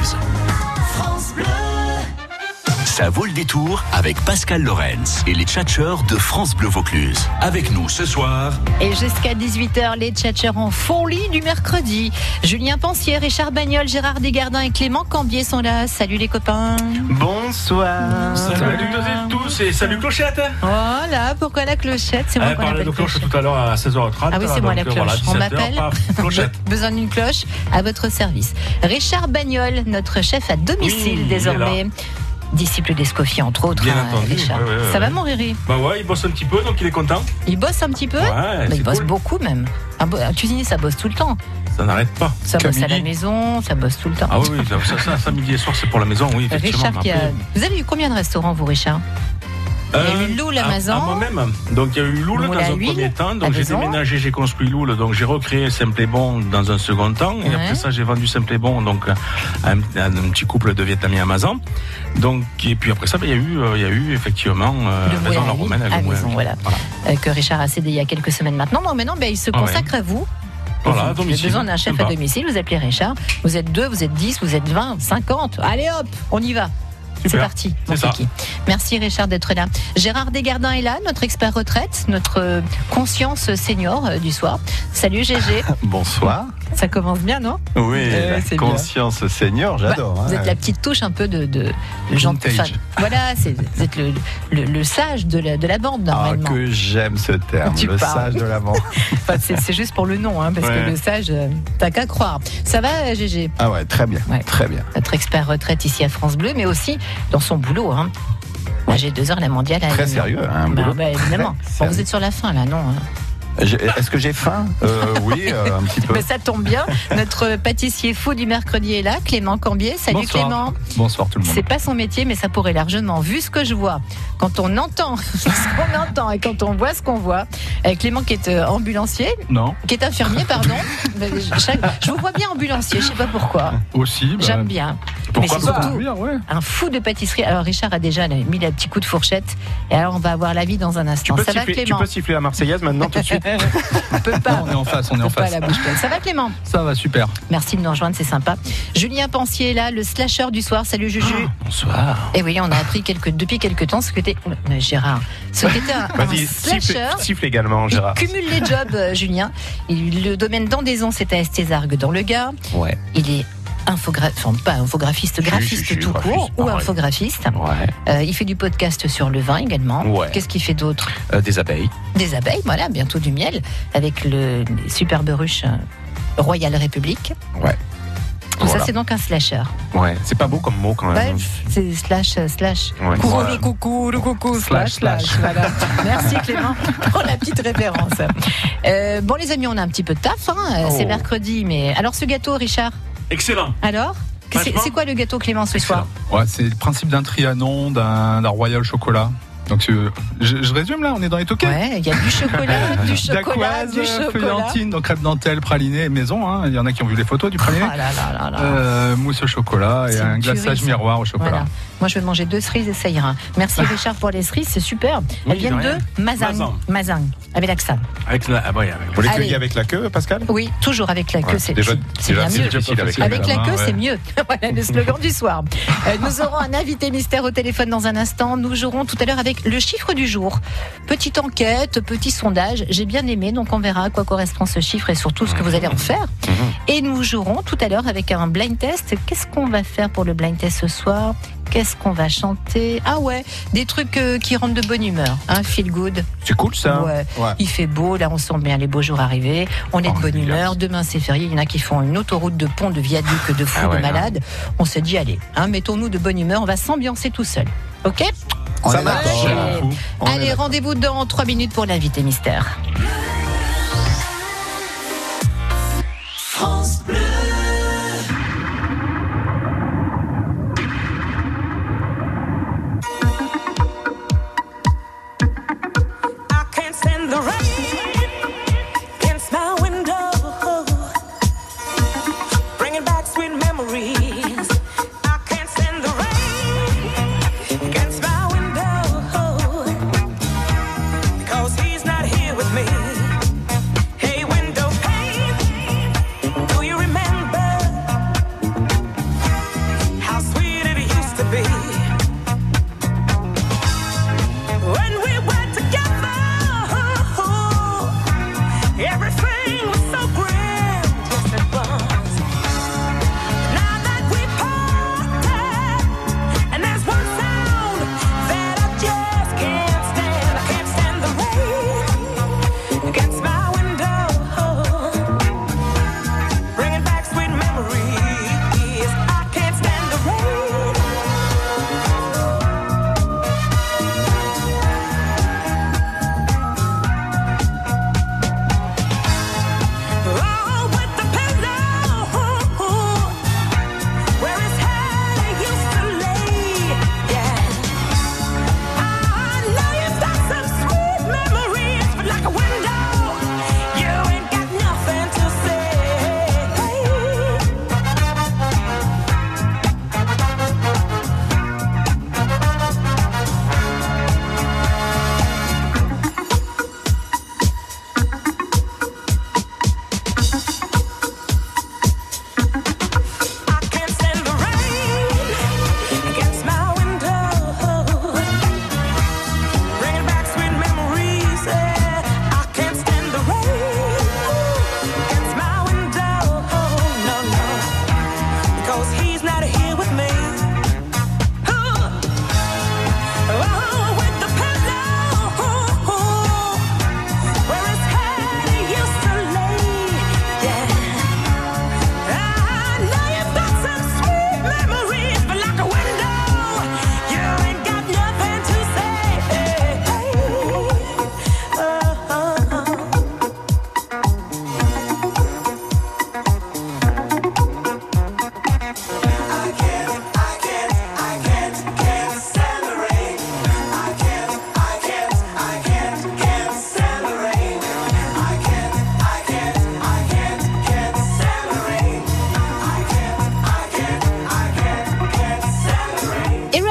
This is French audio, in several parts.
Vaucluse. France Bleu. Ça vaut le détour avec Pascal Lorenz et les tchatcheurs de France Bleu Vaucluse. Avec nous ce soir. Et jusqu'à 18h, les tchatcheurs en folie du mercredi. Julien Pensier, Richard Bagnol, Gérard Desgardins et Clément Cambier sont là. Salut les copains. Bonsoir. Salut à tous et salut Clochette. Voilà, pourquoi la clochette? C'est moi qu'on parlait appelle de cloche clochette. tout à l'heure à 16h30. Ah oui, c'est moi la cloche. Voilà, On 17h, m'appelle. Clochette. Besoin d'une cloche à votre service. Richard Bagnol, notre chef à domicile Oui, désormais. Disciple d'Escoffier, entre autres. Bien entendu. Richard. Ouais. Ça va, mon Riri? Bah ouais, il bosse un petit peu, donc il est content. Il bosse un petit peu? Ouais, Il bosse cool. beaucoup même. Un cuisinier, ça bosse tout le temps. Ça n'arrête pas. Ça bosse à la maison, ça bosse tout le temps. Ah oui, ça midi et soir, c'est pour la maison, oui, effectivement. Richard, vous avez eu combien de restaurants, vous, Richard? Il y a eu Loul à Mazan. moi-même. Donc il y a eu Loul dans un premier temps. Donc j'ai déménagé, j'ai construit Loul. Donc j'ai recréé Simple et Bon dans un second temps. Et après ça, j'ai vendu Simple et Bon donc à un petit couple de Vietnamiens à Mazan. Donc et puis après ça, il y a eu effectivement Maison La Romaine à Maison, voilà. Que Richard a cédé il y a quelques semaines maintenant. Bon, maintenant, il se consacre à vous. Voilà, à Vous domicile. avez besoin d'un chef à domicile. Vous appelez Richard. Vous êtes 2, vous êtes 10, vous êtes 20, 50. Allez hop, on y va. Super. C'est parti. C'est ça. Merci Richard d'être là. Gérard Desgardins est là, notre expert retraite, notre conscience senior du soir. Salut GG. Bonsoir. Ça commence bien, non? Oui, la conscience bien. Senior, j'adore. Vous êtes la petite touche un peu de gens de voilà, vous êtes le sage de la bande normalement. Ah, que j'aime ce terme, sage de la bande. Enfin, c'est juste pour le nom, parce que le sage, t'as qu'à croire. Ça va, GG? Ah ouais, très bien, très bien. Notre expert retraite ici à France Bleu, mais aussi dans son boulot. J'ai 2 heures la mondiale. Très sérieux, boulot. Évidemment. Bon, vous êtes sur la fin là, non? Est-ce que j'ai faim? Oui, un petit peu. Mais ça tombe bien. Notre pâtissier fou du mercredi est là, Clément Cambier. Salut. Bonsoir. Clément. Bonsoir tout le monde. C'est pas son métier, mais ça pourrait largement, vu ce que je vois, quand on entend ce qu'on entend et quand on voit ce qu'on voit. Clément qui est ambulancier. Non. Qui est infirmier, pardon. Je vous vois bien ambulancier, je sais pas pourquoi. Aussi. J'aime bien. Pourquoi mais c'est surtout un fou de pâtisserie. Alors Richard a déjà mis le petit coup de fourchette. Et alors on va avoir l'avis dans un instant. Ça va, Clément? Tu peux siffler la Marseillaise maintenant tout de suite? On peut pas. Non, on est en face, on est en face. Pas la bouche pleine. Ça va, Clément? Ça va, super. Merci de nous rejoindre, c'est sympa. Julien Pensier est là, le slasher du soir. Salut Juju. Bonsoir. Et oui, on a appris depuis quelques temps ce que t'es. Gérard. Ce qu'était un slasher. Siffle également, Gérard. Il cumule les jobs, Julien. Le domaine d'Andaison, c'est à Estézargues dans le Gard. Ouais. Il est pas infographiste, graphiste tout court, ou infographiste. Ouais. Il fait du podcast sur le vin également. Ouais. Qu'est-ce qu'il fait d'autre? Des abeilles. Des abeilles, voilà, bientôt du miel, avec les superbes ruches Royal République. Ouais. Tout ça, c'est donc un slasher. Ouais, c'est pas beau comme mot quand même. Ouais, c'est slash. Ouais. Coucou, le coucou, slash. Voilà. Merci Clément pour la petite référence. Bon les amis, on a un petit peu de taf, c'est mercredi, mais alors ce gâteau, Richard? Excellent. Alors c'est quoi le gâteau, Clément, ce soir? Ouais, c'est le principe d'un Trianon, d'un Royal chocolat. Donc je résume là, on est dans les toquets. Ouais, il y a du chocolat, du chocolat, feuillantine, donc crêpe dentelle, praliné, maison. Il y en a qui ont vu les photos du praliné. Mousse au chocolat et un glaçage miroir au chocolat. Voilà. Moi, je vais manger 2 cerises et ça ira. Merci Richard pour les cerises, c'est super. Elles viennent de Mazang, avec l'accent. Vous les cueillez avec la queue, Pascal? Oui, toujours avec la queue. C'est bien mieux. Avec la queue, c'est mieux. Voilà le slogan du soir. Nous aurons un invité mystère au téléphone dans un instant. Nous jouerons tout à l'heure avec le chiffre du jour. Petite enquête, petit sondage. J'ai bien aimé, donc on verra à quoi correspond ce chiffre et surtout ce que vous allez en faire. Et nous jouerons tout à l'heure avec un blind test. Qu'est-ce qu'on va faire pour le blind test ce soir? Qu'est-ce qu'on va chanter? Ah ouais, des trucs qui rendent de bonne humeur, feel good. C'est cool ça. Ouais. Il fait beau, là on sent bien les beaux jours arriver. On est de bonne humeur. Demain c'est férié. Il y en a qui font une autoroute de pont, de viaduc, de fous, de malades. On se dit allez, mettons-nous de bonne humeur. On va s'ambiancer tout seul. Ok? Ça marche. Allez, rendez-vous dans 3 minutes pour l'invité mystère. France Bleu. Do you remember?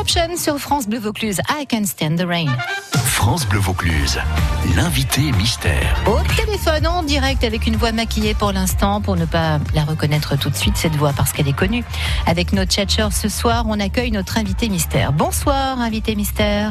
Eruption sur France Bleu Vaucluse. I Can't Stand the Rain. France Bleu Vaucluse, l'invité mystère. Au téléphone en direct avec une voix maquillée pour l'instant, pour ne pas la reconnaître tout de suite, cette voix, parce qu'elle est connue. Avec nos tchatcheurs ce soir, on accueille notre invité mystère. Bonsoir, invité mystère.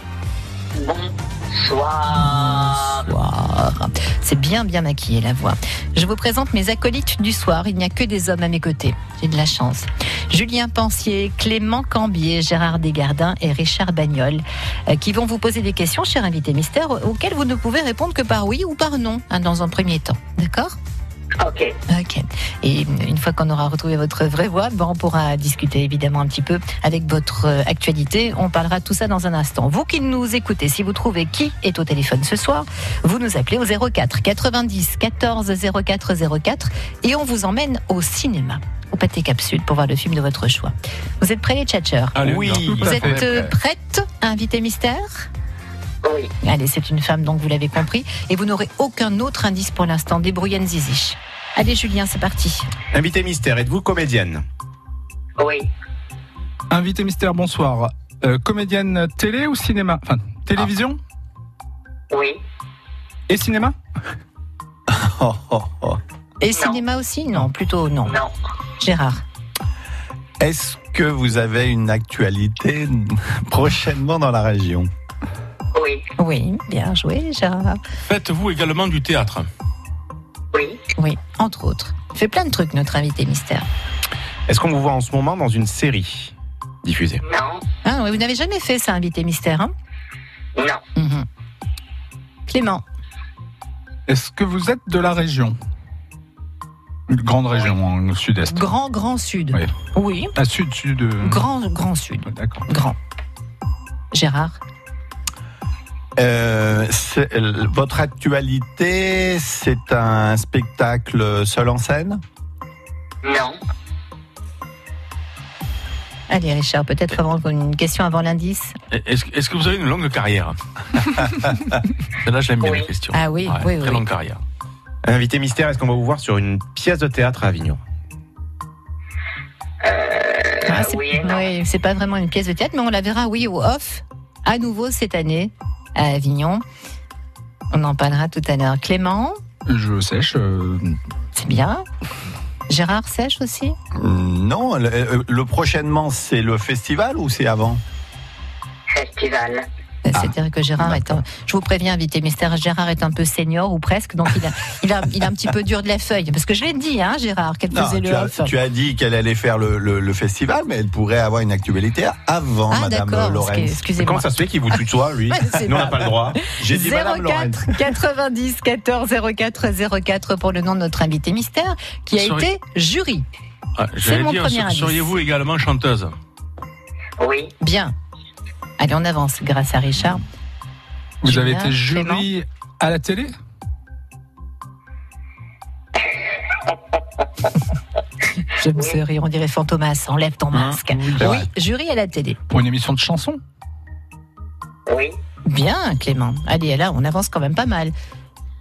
Bonsoir. C'est bien maquillé la voix. Je vous présente mes acolytes du soir. Il n'y a que des hommes à mes côtés. J'ai de la chance. Julien Pensier, Clément Cambier, Gérard Desgardins et Richard Bagnol qui vont vous poser des questions, cher invité mystère, auxquelles vous ne pouvez répondre que par oui ou par non, dans un premier temps. D'accord ? Ok. Et une fois qu'on aura retrouvé votre vraie voix, on pourra discuter évidemment un petit peu avec votre actualité. On parlera de tout ça dans un instant. Vous qui nous écoutez, si vous trouvez qui est au téléphone ce soir, vous nous appelez au 04 90 14 04 04 et on vous emmène au cinéma, au Pâté Cap Sud, pour voir le film de votre choix. Vous êtes prêts les tchatcheurs ? Oui. Vous êtes prêtes, invité mystère ? Oui. Allez, c'est une femme, donc vous l'avez compris. Et vous n'aurez aucun autre indice pour l'instant. Débrouillane ziziche. Allez, Julien, c'est parti. Invité mystère, êtes-vous comédienne ? Oui. Invité mystère, bonsoir. Comédienne télé ou cinéma ? Enfin, télévision ? Oui. Et cinéma ? Et cinéma aussi ? Non, plutôt non. Non. Gérard. Est-ce que vous avez une actualité prochainement dans la région ? Oui. Oui, bien joué, Gérard. Faites-vous également du théâtre ? Oui. Oui, entre autres. Il fait plein de trucs, notre invité mystère. Est-ce qu'on vous voit en ce moment dans une série diffusée ? Non. Ah, oui, vous n'avez jamais fait ça, invité mystère, hein ? Non. Clément. Est-ce que vous êtes de la région ? Une grande région, au sud-est. Grand sud. Oui. Oui. À sud. Grand sud. D'accord. Grand. Gérard. Votre actualité, c'est un spectacle seul en scène ? Non. Allez, Richard, peut-être avant une question avant l'indice. Est-ce que vous avez une longue carrière ? Là, j'aime bien la question. Ah oui, oui. Très longue carrière. Invité mystère, est-ce qu'on va vous voir sur une pièce de théâtre à Avignon ? Oui, c'est pas vraiment une pièce de théâtre, mais on la verra, oui, au off, à nouveau cette année, à Avignon. On en parlera tout à l'heure. Clément ? Je sèche. C'est bien. Gérard sèche aussi ? Non, le prochainement, c'est le festival ou c'est avant ? Festival. C'est-à-dire que Gérard je vous préviens, invité mystère, Gérard est un peu senior ou presque, donc il a un petit peu dur de la feuille. Parce que je l'ai dit, Gérard, qu'elle faisait le off. Tu as dit qu'elle allait faire le festival, mais elle pourrait avoir une actualité avant, Madame Laurence. Excusez-moi. Comment ça se fait qu'il vous tutoie, lui ? Nous, on n'a pas le droit. J'ai dit Madame Laurence. 90 14 04 04 pour le nom de notre invité mystère, qui a été jury. C'est mon premier indice. Seriez-vous également chanteuse ? Oui. Bien. Allez, on avance grâce à Richard. Vous avez été jury à la télé ? Je me suis ri, on dirait Fantomas, enlève ton masque. Oui, jury à la télé. Pour une émission de chansons ? Oui. Bien, Clément. Allez, là, on avance quand même pas mal. Gérard ?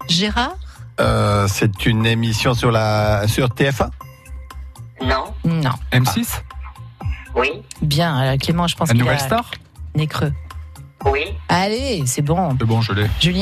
C'est une émission sur TF1 ? Non. Non. M6 ? Oui. Bien, Clément, je pense La Nouvelle Star ? Nez creux. Oui. Allez, c'est bon. C'est bon, je l'ai. Julien ?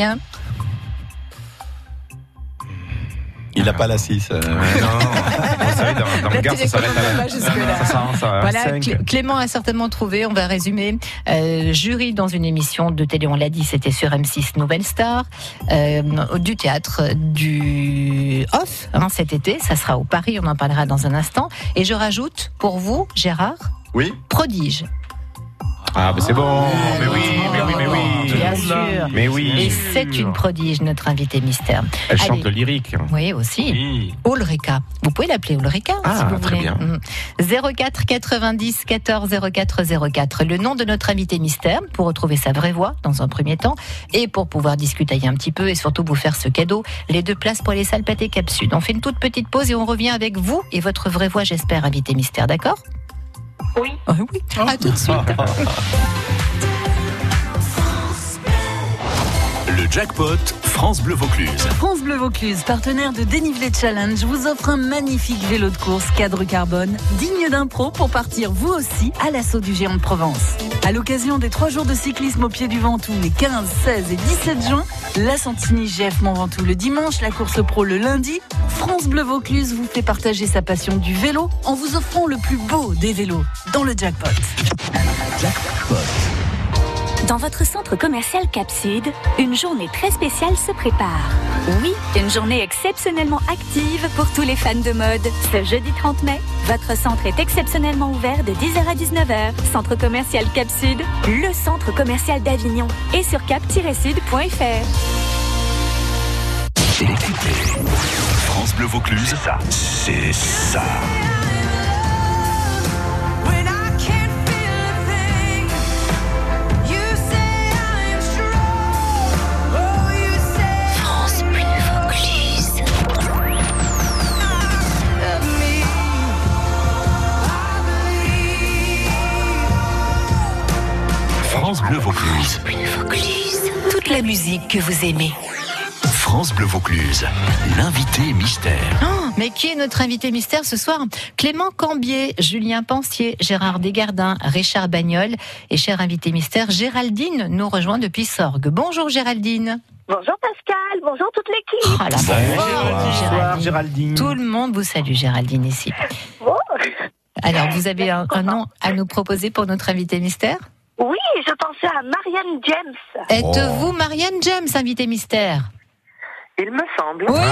Il n'a pas la 6. Dans le regard, ça s'arrête là. Voilà, Clément a certainement trouvé, on va résumer. Jury dans une émission de télé, on l'a dit, c'était sur M6 Nouvelle Star. Du théâtre, du off, cet été, ça sera au Paris, on en parlera dans un instant. Et je rajoute, pour vous, Gérard, oui. Prodige. Ah, mais c'est bon. Mais oui. Bien sûr. Mais oui. Et c'est une prodige, notre invité mystère. Elle chante le lyrique. Oui, aussi. Oui. Ulrika. Vous pouvez l'appeler Ulrika, si vous très voulez. Bien. 04 90 14 04 04. Le nom de notre invité mystère, pour retrouver sa vraie voix, dans un premier temps, et pour pouvoir discuter un petit peu, et surtout vous faire ce cadeau, les 2 places pour les salles Pâté Cap Sud. On fait une toute petite pause et on revient avec vous et votre vraie voix, j'espère, invité mystère, d'accord ? Oui. Oui. À tout de suite. Le jackpot France Bleu Vaucluse. France Bleu Vaucluse, partenaire de Dénivelé Challenge, vous offre un magnifique vélo de course cadre carbone, digne d'un pro pour partir vous aussi à l'assaut du géant de Provence. À l'occasion des 3 jours de cyclisme au pied du Ventoux, les 15, 16 et 17 juin, la Santini GF Mont Ventoux le dimanche, la course pro le lundi, France Bleu Vaucluse vous fait partager sa passion du vélo en vous offrant le plus beau des vélos dans le jackpot. Jackpot. Dans votre centre commercial Cap Sud, une journée très spéciale se prépare. Oui, une journée exceptionnellement active pour tous les fans de mode. Ce jeudi 30 mai, votre centre est exceptionnellement ouvert de 10h à 19h. Centre commercial Cap Sud, le centre commercial d'Avignon. Et sur cap-sud.fr. Écoutez, France Bleu Vaucluse, c'est ça. France Bleu Vaucluse. Toute la musique que vous aimez. France Bleu Vaucluse, l'invité mystère. Oh, mais qui est notre invité mystère ce soir? Clément Cambier, Julien Pensier, Gérard Desgardins, Richard Bagnol et cher invité mystère, Géraldine nous rejoint depuis Sorgues. Bonjour Géraldine. Bonjour Pascal, bonjour toute l'équipe. Oh, Bonjour Géraldine. Tout le monde vous salue Géraldine ici. Bon. Alors vous avez un nom à nous proposer pour notre invité mystère? Oui, je pensais à Marianne James. Êtes-vous Marianne James, invité mystère? Il me semble. Oui.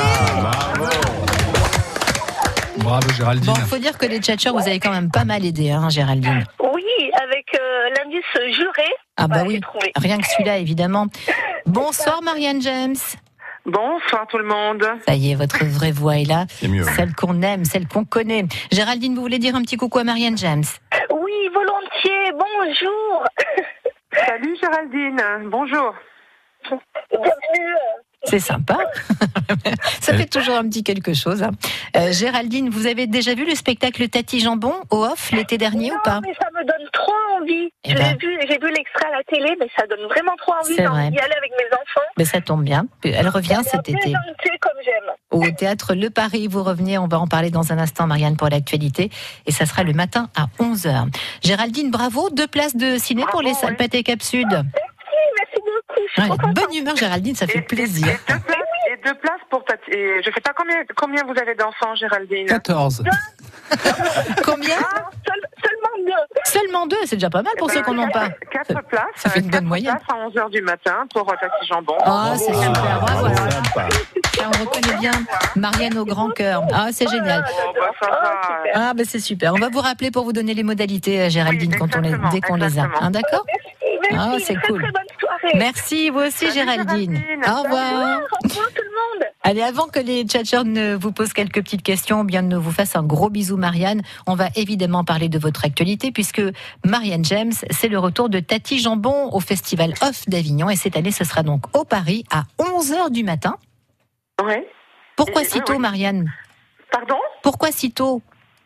Bravo Géraldine. Bon, faut dire que les tchatcheurs, vous avez quand même pas mal aidé, hein, Géraldine. Oui, avec l'indice juré. Ah bah oui, rien que celui-là, évidemment. Bonsoir Marianne James. Bonsoir tout le monde. Ça y est, votre vraie voix est là. C'est mieux. Celle qu'on aime, celle qu'on connaît. Géraldine, vous voulez dire un petit coucou à Marianne James? Oui, volontiers, bonjour. Salut Géraldine, bonjour. Bienvenue. C'est sympa. Ça fait toujours un petit quelque chose. Hein. Géraldine, vous avez déjà vu le spectacle Tati Jambon au off l'été dernier ou pas? Non, mais ça me donne trop envie. Eh ben, j'ai vu l'extrait à la télé, mais ça donne vraiment trop envie d'y aller avec mes enfants. Mais ça tombe bien. Elle revient cet été. Comme j'aime. Au théâtre Le Paris, vous revenez. On va en parler dans un instant, Marianne, pour l'actualité. Et ça sera le matin à 11h. Géraldine, bravo. 2 places de ciné pour les salles Pathé Cap Sud. Merci beaucoup. Bonne humeur, Géraldine, ça fait plaisir. Et 2 places pour Tati. Et je sais pas combien vous avez d'enfants, Géraldine. 14. Combien? Seulement 2. Seulement 2, c'est déjà pas mal pour ceux qu'on n'en pas. 4 places. Ça fait une bonne moyenne. 4 places à 11h du matin pour Tati Jambon. Ah, c'est super. Bravo. On reconnaît bien Marianne au grand cœur. Ah, c'est génial. Ah, ben c'est super. On va vous rappeler pour vous donner les modalités, Géraldine, dès qu'on les a. Hein, d'accord? Ah, c'est cool. Très bonne soirée. Merci, vous aussi, Géraldine. Au revoir. Au revoir tout le monde. Allez, avant que les tchatcheurs ne vous posent quelques petites questions, bien ne vous fassent un gros bisou, Marianne, on va évidemment parler de votre actualité, puisque Marianne James, c'est le retour de Tati Jambon au Festival Off d'Avignon. Et cette année, ce sera donc au Paris à 11h du matin. Oui. Pourquoi si tôt, Marianne? Pardon? Pourquoi si tôt?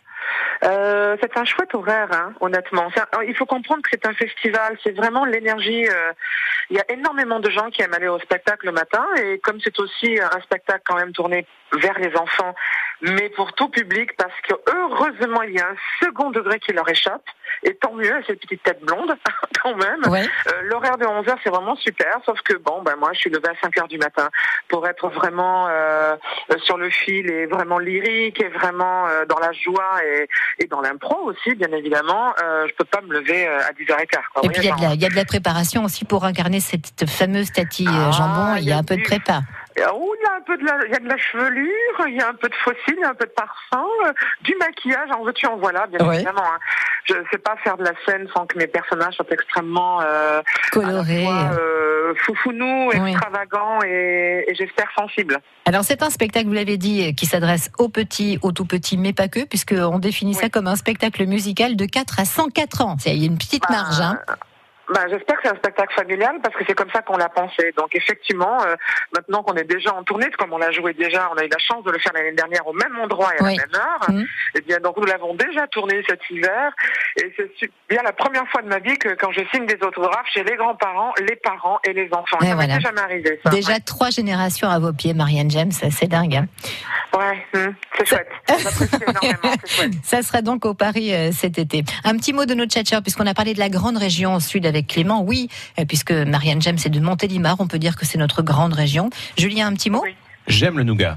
C'est un chouette horaire, hein, honnêtement. Il faut comprendre que c'est un festival, c'est vraiment l'énergie. Il y a énormément de gens qui aiment aller au spectacle le matin, et comme c'est aussi un spectacle quand même tourné vers les enfants, mais pour tout public, parce que heureusement il y a un second degré qui leur échappe, et tant mieux, cette petite tête blonde, quand même. Ouais. L'horaire de 11h, c'est vraiment super, sauf que moi je suis levée à 5h du matin pour être vraiment sur le fil, et vraiment lyrique, et vraiment dans la joie, et dans l'impro aussi, bien évidemment. Je peux pas me lever à 10h15. Et puis il y a de la préparation aussi pour incarner cette fameuse Tati Jambon. Il y a un peu de prépa. Il y a de la chevelure, il y a un peu de fossile, il y a un peu de parfum, du maquillage, en veux-tu en voilà, bien évidemment. Hein. Je ne sais pas faire de la scène sans que mes personnages soient extrêmement colorés, foufounous, extravagants et j'espère sensibles. Alors c'est un spectacle, vous l'avez dit, qui s'adresse aux petits, aux tout petits, mais pas que, puisqu'on définit ça comme un spectacle musical de 4 à 104 ans. Il y a une petite marge, hein. J'espère que c'est un spectacle familial parce que c'est comme ça qu'on l'a pensé. Donc effectivement, maintenant qu'on est déjà en tournée, comme on l'a joué déjà, on a eu la chance de le faire l'année dernière au même endroit et à la même heure. Et bien donc nous l'avons déjà tourné cet hiver et c'est bien la première fois de ma vie que quand je signe des autographes chez les grands-parents, les parents et les enfants. Ça m'est jamais arrivé. Ça, déjà 3 générations à vos pieds, Marianne James, c'est dingue. Hein. Ouais, c'est chouette. J'apprécie énormément, c'est chouette. Ça sera donc au Paris cet été. Un petit mot de notre tchatcheur, puisqu'on a parlé de la grande région au sud avec Clément. Oui, puisque Marianne James est de Montélimar, on peut dire que c'est notre grande région. Julien, un petit mot? Oui. J'aime le nougat.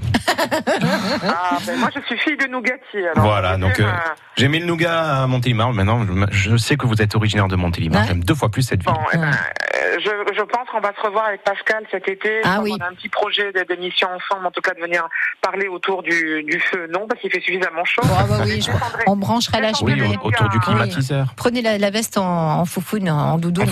Moi je suis fille de nougatier. Voilà, donc j'ai mis le nougat à Montélimar. Maintenant, je sais que vous êtes originaire de Montélimar. J'aime 2 fois plus cette ville. Je pense qu'on va se revoir avec Pascal cet été. On a un petit projet d'émission ensemble, en tout cas de venir parler autour du feu. Non, parce qu'il fait suffisamment chaud. On branchera la cheminée. Oui, autour du climatiseur. Oui. Prenez la veste en foufoune, en doudoune.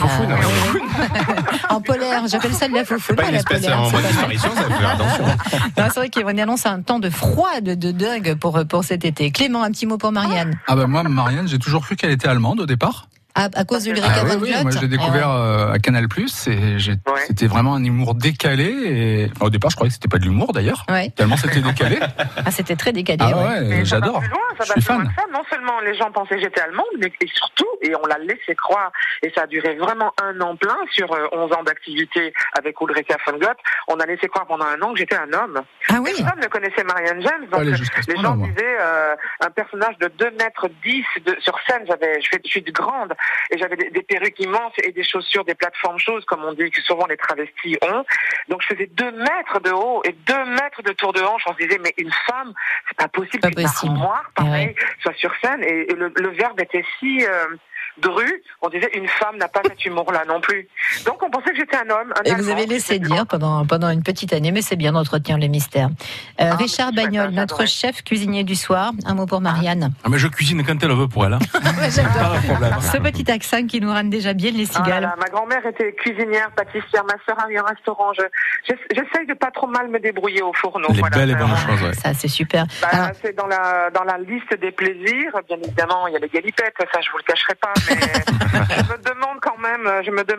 En polaire, j'appelle ça de la foufoune. C'est pas une espèce en voie de disparition, ça fait attention. C'est vrai qu'on annonce un temps de froid de dingue pour cet été. Clément, un petit mot pour Marianne. Moi, Marianne, j'ai toujours cru qu'elle était allemande au départ. À cause d'Ulrika von Vlot. Moi je l'ai découvert à Canal+, et c'était vraiment un humour décalé, et au départ je croyais que c'était pas de l'humour d'ailleurs, tellement c'était décalé. C'était très décalé. J'adore. Je suis fan. Non seulement les gens pensaient que j'étais allemande, mais surtout, et on l'a laissé croire, et ça a duré vraiment 1 an plein sur 11 ans d'activité avec Ulrika von Vlot, on a laissé croire pendant 1 an que j'étais un homme. Personne ne connaissait Marianne James, donc les gens disaient un personnage de 2,10 m sur scène, je suis grande, et j'avais des perruques immenses et des chaussures, des plateformes choses, comme on dit que souvent les travestis ont. Donc je faisais 2 mètres de haut et 2 mètres de tour de hanche. On se disait, mais une femme, c'est pas possible qu'une armoire, pareil, soit sur scène. Et le verbe était si dru, on disait, une femme n'a pas cet humour-là non plus. Donc on pensait que j'étais un homme. Et vous avez laissé dire pendant une petite année, mais c'est bien d'entretenir les mystères. Richard Bagnol, notre chef cuisinier du soir, un mot pour Marianne. Mais je cuisine quand elle veut pour elle. J'adore. Ce petit accent qui nous rend déjà bien les cigales. Ma grand-mère était cuisinière, pâtissière, ma sœur a eu un restaurant. J'essaye de pas trop mal me débrouiller au fourneau. Les belles et bonnes choses. Ça, c'est super. C'est dans la liste des plaisirs. Bien évidemment, il y a les galipettes, ça je vous le cacherai pas. Mais je me demande quand même,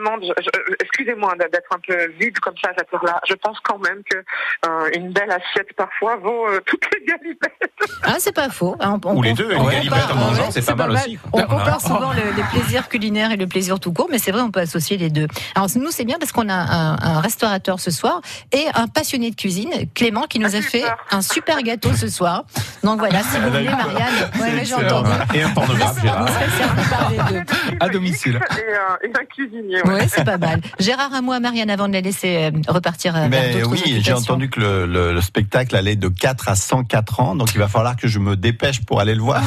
excusez-moi d'être un peu vide comme ça à cette heure-là, je pense quand même que une belle assiette parfois vaut toutes les galipettes. C'est pas faux. Ou les deux, une galipette en mangeant, c'est pas mal aussi. On compare souvent les plaisirs culinaires et le plaisir tout court, mais c'est vrai, on peut associer les deux. Alors nous, c'est bien parce qu'on a un restaurateur ce soir et un passionné de cuisine, Clément, qui nous a fait un super gâteau ce soir. Donc voilà, si vous voulez, Marianne, j'ai entendu. Et un pornographe, Gérard. Vous serez servi par les deux. À domicile. Et un cuisinier. Oui, c'est pas mal. Gérard, un mot à Marianne avant de la laisser repartir vers d'autres occupations. J'ai entendu que le spectacle allait de 4 à 104 ans, donc il va falloir que je me dépêche pour aller le voir.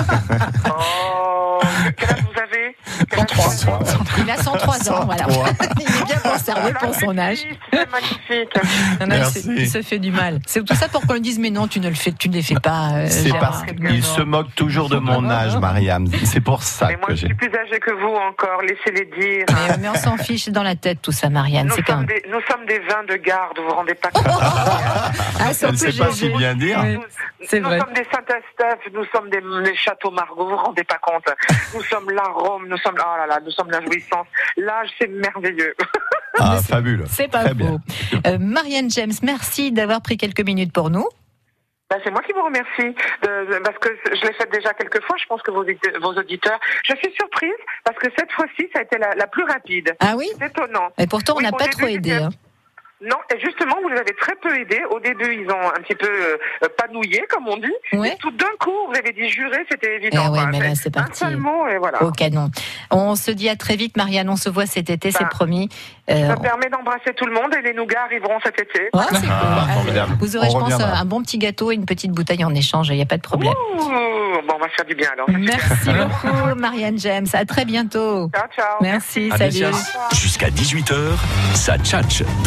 Quel âge vous avez? 103. Il a 103 ans, voilà. Il est bien conservé pour son âge. C'est magnifique. Il se fait du mal. C'est tout ça pour qu'on lui dise, mais non, tu ne les fais pas. C'est parce qu'il se moque toujours de mon âge, Mariam. C'est pour ça mais moi, je suis plus âgée que vous encore, laissez-les dire. Mais on s'en fiche dans la tête, tout ça, Marianne. Nous sommes des vins de garde, vous vous rendez pas compte. Elle ne sait pas si bien dire. Nous sommes des Saint-Estèphe, nous sommes des Château Margaux, vous vous rendez pas compte. Nous sommes l'arôme, nous sommes la jouissance. L'âge, c'est merveilleux. Fabuleux. C'est pas faux. Marianne James, merci d'avoir pris quelques minutes pour nous. C'est moi qui vous remercie, parce que je l'ai fait déjà quelques fois, je pense que vos auditeurs. Je suis surprise, parce que cette fois-ci, ça a été la plus rapide. Ah oui? C'est étonnant. Et pourtant, on n'a pas trop aidé. Non, et justement, vous les avez très peu aidés. Au début, ils ont un petit peu panouillé, comme on dit. Ouais. Et tout d'un coup, vous avez dit jurer, c'était évident. Mais là, c'est parti. Un seul mot, et voilà. Au canon. On se dit à très vite, Marianne. On se voit cet été, c'est promis. Ça permet d'embrasser tout le monde et les nougats arriveront cet été. Ouais, c'est cool. Vous aurez, je pense, un bon petit gâteau et une petite bouteille en échange. Il n'y a pas de problème. Bon, on va se faire du bien alors. Merci beaucoup, Marianne James. À très bientôt. Ciao, ciao. Merci, salut. Jusqu'à 18h, ça tchatche dans la radio.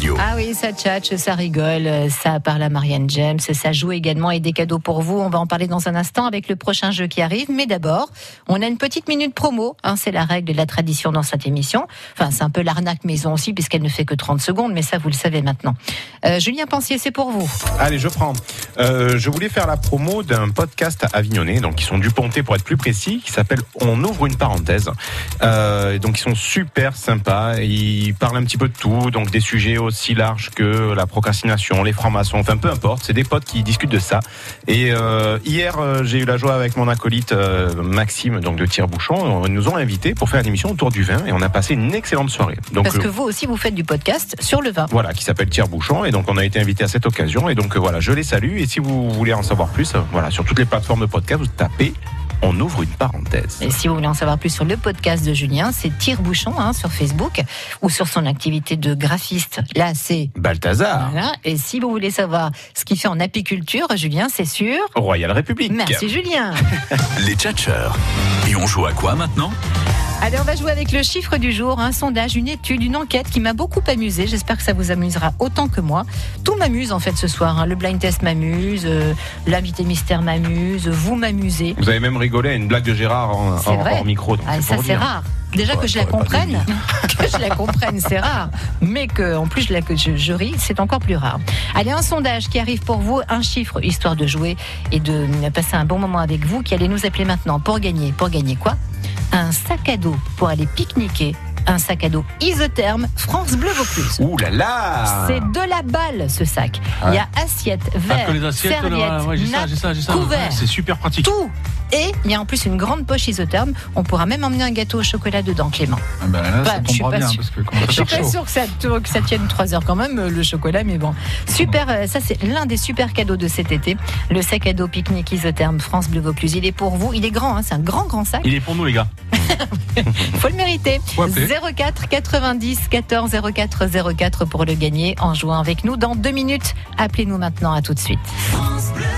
radio. Ah oui, ça tchatche, ça rigole, ça parle à Marianne James, ça joue également et des cadeaux pour vous. On va en parler dans un instant avec le prochain jeu qui arrive. Mais d'abord, on a une petite minute promo. C'est la règle et la tradition dans cette émission. Enfin, c'est un peu l'arnaque maison aussi, puisqu'elle ne fait que 30 secondes, mais ça, vous le savez maintenant. Julien Pensier, c'est pour vous. Allez, je prends. Je voulais faire la promo d'un podcast avignonnais, donc ils sont du Pontet pour être plus précis, qui s'appelle On ouvre une parenthèse. Donc ils sont super sympas. Ils parlent un petit peu de tout, donc des sujets aussi larges que la procrastination, les francs-maçons, enfin peu importe. C'est des potes qui discutent de ça. Et hier, j'ai eu la joie avec mon acolyte Maxime, donc de Tire-Bouchon. Ils nous ont invités pour faire une émission autour du vin et on a passé une excellente soirée. Donc, parce que vous aussi, vous faites du podcast sur le vin. Voilà, qui s'appelle Tire-Bouchon. Et donc on a été invités à cette occasion. Et donc voilà, je les salue. Et si vous voulez en savoir plus, voilà, sur toutes les plateformes de podcast, vous tapez On ouvre une parenthèse. Et si vous voulez en savoir plus sur le podcast de Julien, c'est Tire-Bouchon sur Facebook ou sur son activité de graphiste. Là, c'est Balthazar. Voilà. Et si vous voulez savoir ce qu'il fait en apiculture, Julien, c'est sûr Royal République. Merci Julien. Les tchatcheurs. Et on joue à quoi maintenant ? Allez, on va jouer avec le chiffre du jour, un sondage, une étude, une enquête qui m'a beaucoup amusé. J'espère que ça vous amusera autant que moi. Tout m'amuse en fait ce soir. Le blind test m'amuse, l'invité mystère m'amuse, vous m'amusez. Vous avez même rigolé à une blague de Gérard hors micro. Donc ça c'est rare. Déjà que je la comprenne, c'est rare. Mais que en plus je ris, c'est encore plus rare. Allez, un sondage qui arrive pour vous, un chiffre, histoire de jouer et de passer un bon moment avec vous, qui allez nous appeler maintenant pour gagner. Pour gagner quoi ? Un sac à dos pour aller pique-niquer. Un sac à dos isotherme France Bleu Vaucluse. Ouh là là! C'est de la balle ce sac. Il y a assiette, verre, serviette, nappe, couvert. C'est super pratique. Tout. Et il y a en plus une grande poche isotherme. On pourra même emmener un gâteau au chocolat dedans, Clément. Je suis pas sûre que ça tienne 3 heures quand même, le chocolat, mais bon. Super, ça c'est l'un des super cadeaux de cet été. Le sac à dos pique-nique isotherme France Bleu Vaucluse. Il est pour vous, il est grand, c'est un grand sac. Il est pour nous les gars. Faut le mériter. 04 90 14 04 04 pour le gagner en jouant avec nous dans 2 minutes. Appelez-nous maintenant, à tout de suite. France Bleu.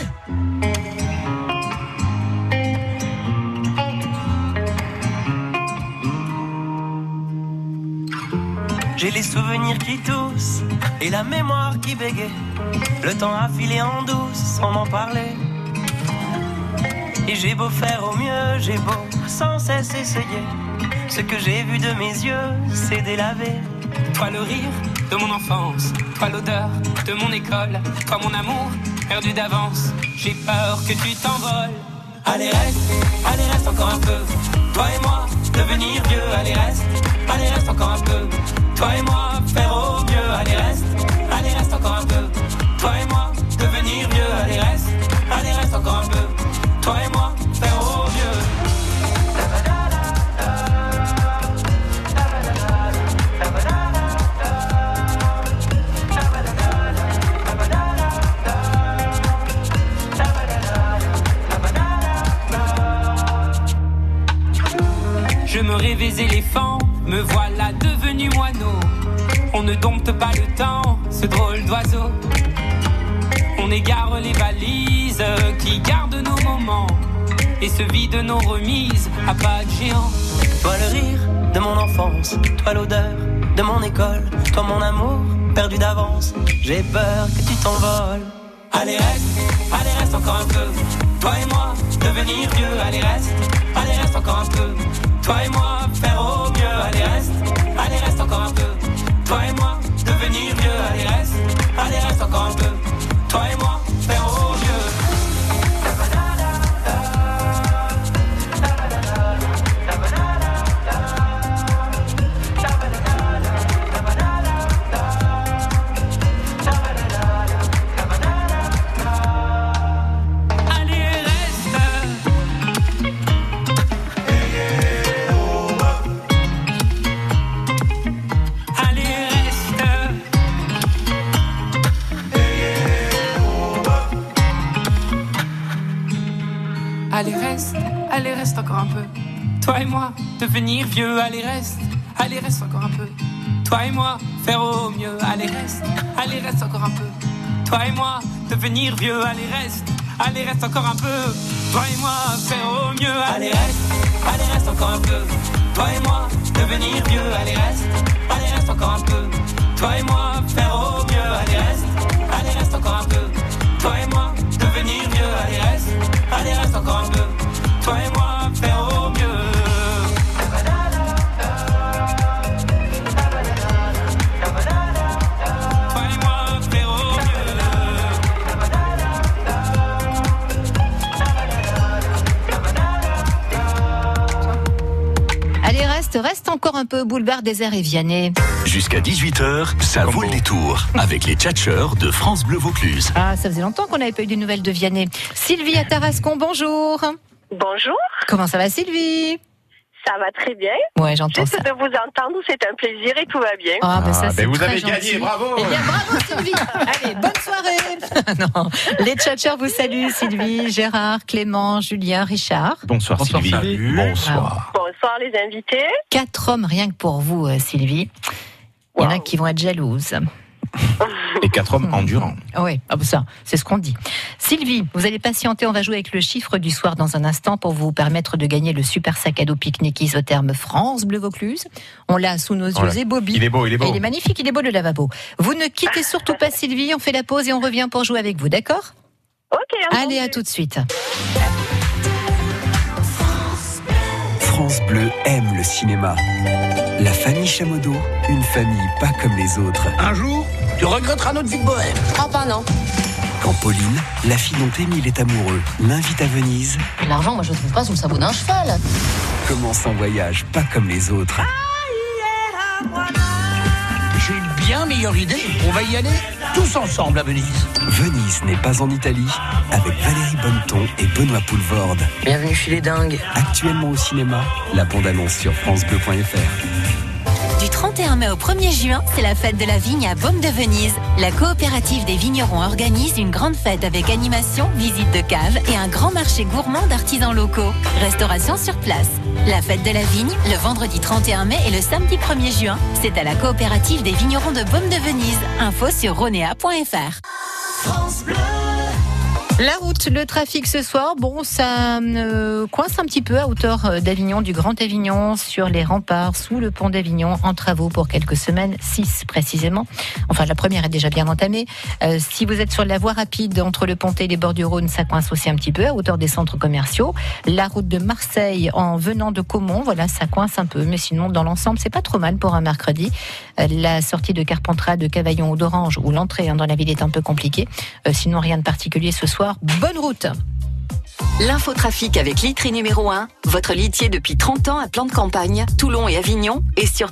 J'ai les souvenirs qui toussent et la mémoire qui bégaye. Le temps a filé en douce sans m'en parler. Et j'ai beau faire au mieux, j'ai beau sans cesse essayer. Ce que j'ai vu de mes yeux, c'est délavé. Toi le rire de mon enfance, toi l'odeur de mon école, toi mon amour perdu d'avance. J'ai peur que tu t'envoles. Allez reste encore un peu. Toi et moi, devenir vieux. Allez reste encore un peu. Toi et moi, faire au mieux. Allez reste encore un peu. Toi et moi, devenir vieux. Allez reste encore un peu. Toi et moi, faire au mieux. Je me rêvais éléphant, me voilà devenu moineau. On ne dompte pas le temps, ce drôle d'oiseau. On égare les valises qui gardent nos moments et se vide nos remises à pas de géant. Toi le rire de mon enfance, toi l'odeur de mon école, toi mon amour perdu d'avance. J'ai peur que tu t'envoles. Allez reste encore un peu. Toi et moi, devenir vieux. Allez reste encore un peu. Toi et moi, faire au mieux. Allez reste encore un peu. Toi et moi, devenir vieux. Allez reste encore un peu. Toi et moi, faire au mieux. Allez reste encore un peu. Toi et moi, devenir vieux. Allez reste encore un peu. Toi et moi, faire au mieux. Allez reste encore un peu. Toi et moi, devenir vieux. Allez reste encore un peu. Toi et moi, faire au mieux. Allez reste encore un peu. Toi et moi, devenir vieux. Allez reste encore un peu. Toi et moi, faire au mieux. Allez reste encore un peu. Toi et moi, devenir vieux. Allez reste encore un peu. Toi et moi, faire au mieux. Allez, reste encore un peu, boulevard Désert et Vianney. Jusqu'à 18h, ça vaut le détour avec les tchatcheurs de France Bleu Vaucluse. Ah, ça faisait longtemps qu'on n'avait pas eu des nouvelles de Vianney. Sylvie à Tarascon, bonjour. Bonjour. Comment ça va, Sylvie? Ça va très bien. Ouais, j'entends Juste ça. de vous entendre, c'est un plaisir et tout va bien. Ah, ben ça, c'est vous très avez gentil. gagné, bravo. Eh bien, bravo, Sylvie. Allez, bonne soirée. Non, les tchatcheurs vous saluent, Sylvie, Gérard, Clément, Julien, Richard. Bonsoir Sylvie. Sylvie. Bonsoir. Bonsoir les invités. 4 hommes rien que pour vous, Sylvie. Il y en a qui vont être jalouses. Et 4 hommes endurants. Oui, ça, c'est ce qu'on dit. Sylvie, vous allez patienter, on va jouer avec le chiffre du soir dans un instant pour vous permettre de gagner le super sac à dos pique-nique isotherme France Bleu Vaucluse. On l'a sous nos yeux et Bobby. Il est beau. Et il est magnifique, il est beau le lavabo. Vous ne quittez surtout pas Sylvie, on fait la pause et on revient pour jouer avec vous, d'accord? Ok. Allez, à tout de suite. France Bleu aime le cinéma. La famille Chamodo, une famille pas comme les autres. Un jour, tu regretteras notre vie de bohème. Oh, pas non. Quand Pauline, la fille dont Émile est amoureux, l'invite à Venise. L'argent, moi je le trouve pas sous le sabot d'un cheval. Commence un voyage pas comme les autres. J'ai une bien meilleure idée. On va y aller tous ensemble à Venise. Venise n'est pas en Italie, avec Valérie Bonneton et Benoît Poulvorde. Bienvenue chez les dingues. Actuellement au cinéma, la bande-annonce sur francebleu.fr. Du 31 mai au 1er juin, c'est la fête de la vigne à Baume de Venise. La coopérative des vignerons organise une grande fête avec animation, visite de cave et un grand marché gourmand d'artisans locaux. Restauration sur place. La fête de la vigne, le vendredi 31 mai et le samedi 1er juin, c'est à la coopérative des vignerons de Baume de Venise. Info sur ronea.fr. France Bleu. La route, le trafic ce soir, bon, ça coince un petit peu à hauteur d'Avignon, du Grand Avignon, sur les remparts, sous le pont d'Avignon, en travaux pour quelques semaines, 6 précisément. Enfin, la première est déjà bien entamée. Si vous êtes sur la voie rapide entre le Pontet et les bords du Rhône, ça coince aussi un petit peu à hauteur des centres commerciaux. La route de Marseille en venant de Caumont, voilà, ça coince un peu, mais sinon, dans l'ensemble, c'est pas trop mal pour un mercredi. La sortie de Carpentras, de Cavaillon ou d'Orange, où l'entrée dans la ville est un peu compliquée. Sinon, rien de particulier ce soir. Bonne route. L'infotrafic avec Litry numéro 1, votre litier depuis 30 ans à plan de campagne, Toulon et Avignon, et sur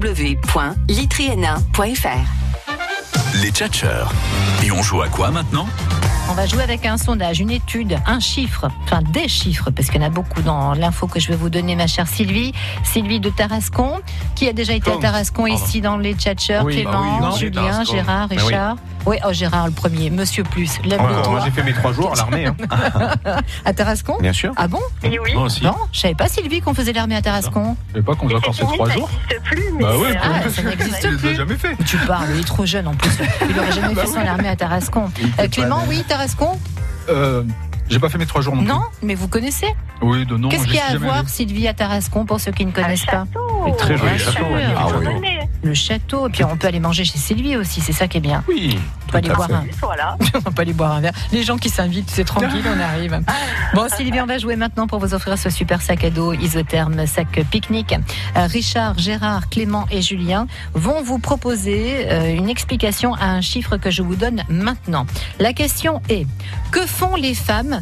www.litryna.fr. Les tchatcheurs. Et on joue à quoi maintenant ? On va jouer avec un sondage, une étude, un chiffre, enfin des chiffres, parce qu'il y en a beaucoup dans l'info que je vais vous donner, ma chère Sylvie. Sylvie de Tarascon, qui a déjà été à Tarascon ici dans les tchatcheurs. Oui, Clément, Julien, Gérard, Richard. Oui, Gérard le premier, Monsieur Plus. Moi j'ai fait mes 3 jours à l'armée. Hein. À Tarascon ? Bien sûr. Ah bon ? Oui. Non, je savais pas, Sylvie, qu'on faisait l'armée à Tarascon. Je savais pas qu'on faisait encore ces 3 jours. Ça n'existe plus, mais... Bah oui, ça n'existe plus. jamais fait. Tu parles, il est trop jeune en plus. Il n'aurait jamais fait son armée à Tarascon. Clément, oui, Tarascon ? J'ai pas fait mes 3 jours non plus. Non, mais vous connaissez ? Oui, de nom. Qu'est-ce qu'il y a à voir, Sylvie, à Tarascon, pour ceux qui ne connaissent pas ? Très joli château. Le château, et puis on peut aller manger chez Sylvie aussi, c'est ça qui est bien. Oui. On peut aller boire on peut aller boire un verre. Les gens qui s'invitent, c'est tranquille, on arrive. Bon, Sylvie, on va jouer maintenant pour vous offrir ce super sac à dos isotherme, sac pique-nique. Richard, Gérard, Clément et Julien vont vous proposer une explication à un chiffre que je vous donne maintenant. La question est, que font les femmes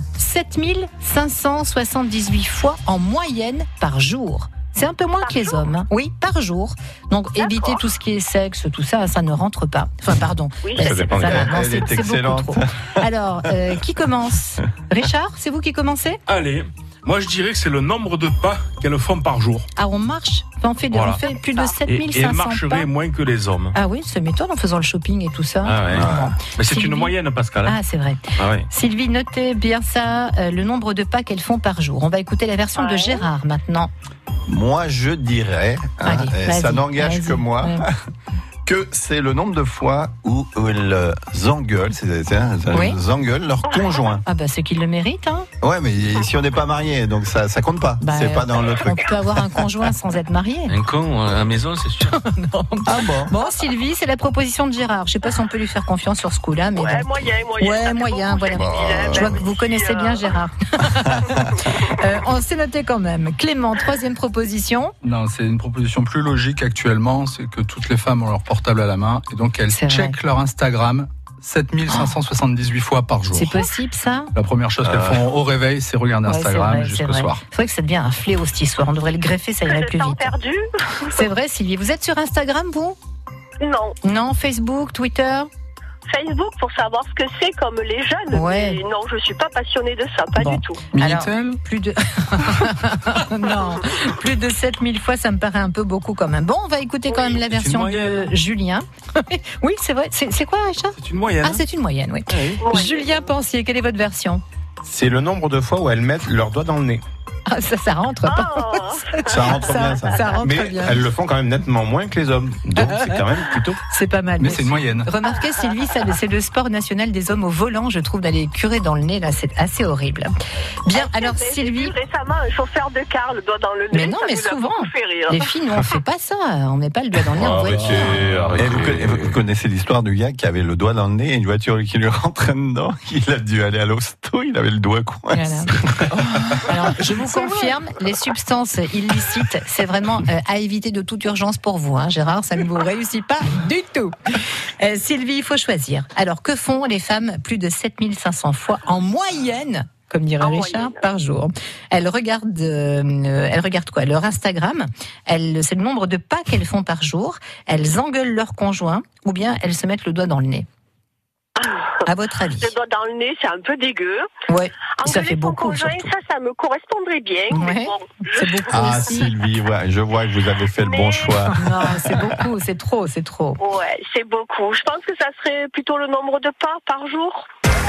7578 fois en moyenne par jour ? C'est un peu moins que les hommes. Hein. Oui, par jour. Donc, évitez tout ce qui est sexe, tout ça, ça ne rentre pas. Enfin, pardon. Oui, ça dépend. Elle est excellente. Beaucoup trop. Alors, qui commence ? Richard, c'est vous qui commencez ? Allez, moi je dirais que c'est le nombre de pas qu'elles font par jour. Ah, on marche ? On fait plus de 7500 et marcherait moins que les hommes. Ah oui, ça m'étonne en faisant le shopping et tout ça. Ah ouais. Mais c'est une moyenne, Pascal. Ah, c'est vrai. Ah ouais. Sylvie, notez bien ça, le nombre de pas qu'elles font par jour. On va écouter la version de Gérard maintenant. Moi, je dirais, ça n'engage que moi, que c'est le nombre de fois où ils engueulent, ils engueulent leur conjoint. Ah bah c'est qu'ils le méritent, hein. Ouais, mais si on n'est pas marié, donc ça compte pas. C'est pas dans le truc. On peut avoir un conjoint sans être marié. Un con à la maison, c'est sûr. Non. Ah bon, Sylvie, c'est la proposition de Gérard. Je sais pas si on peut lui faire confiance sur ce coup-là, mais moyen. Voilà. Je vois que vous connaissez bien Gérard. On s'est noté quand même. Clément, 3e proposition. Non, c'est une proposition plus logique actuellement, c'est que toutes les femmes ont leur portable à la main et donc elles checkent leur Instagram 7578 fois par jour. C'est possible ça ? La première chose qu'elles font au réveil, c'est regarder Instagram jusqu'au soir. C'est vrai que ça devient un fléau cette histoire. On devrait le greffer, ça irait plus vite. Perdu. C'est vrai, Sylvie. Vous êtes sur Instagram, vous ? Non. Non, Facebook, Twitter ? Facebook pour savoir ce que c'est comme les jeunes. Ouais. Mais non, je suis pas passionnée de ça, pas du tout. Minitel ? Plus de non, plus de 7000 fois, ça me paraît un peu beaucoup quand même. Bon, on va écouter quand même la version de Julien. Oui, c'est vrai. C'est quoi, Aïcha ? C'est une moyenne. Ah, c'est une moyenne, oui. Julien Pensier, quelle est votre version ? C'est le nombre de fois où elles mettent leur doigt dans le nez. Ah, ça rentre pas. Ça rentre bien, ça. Ça rentre mais bien. Elles le font quand même nettement moins que les hommes. Donc c'est quand même plutôt. C'est pas mal. Mais c'est une moyenne. Remarquez, Sylvie, c'est le sport national des hommes au volant, je trouve, d'aller curer dans le nez. Là, c'est assez horrible. Bien, alors Sylvie. J'ai vu récemment un chauffeur de car le doigt dans le nez. Mais non, mais souvent, les filles, nous, on fait pas ça. On met pas le doigt dans le nez en voiture. Et vous connaissez l'histoire du gars qui avait le doigt dans le nez et une voiture qui lui rentrait dedans. Il a dû aller à l'hosto, il avait le doigt coincé. Voilà. Alors, je vous confirme, les substances illicites, c'est vraiment à éviter de toute urgence pour vous, hein, Gérard, ça ne vous réussit pas du tout. Sylvie, il faut choisir. Alors, que font les femmes plus de 7500 fois en moyenne, comme dirait Richard, par jour? Elles regardent quoi? Leur Instagram. C'est le nombre de pas qu'elles font par jour. Elles engueulent leur conjoint ou bien elles se mettent le doigt dans le nez. À votre avis? Le doigt dans le nez, c'est un peu dégueu. Ouais, ça fait beaucoup. Conjoint, ça me correspondrait bien. Ouais, mais bon, c'est beaucoup aussi. Sylvie, je vois que vous avez fait le bon choix. Non, c'est beaucoup, c'est trop. Ouais, c'est beaucoup. Je pense que ça serait plutôt le nombre de pas par jour.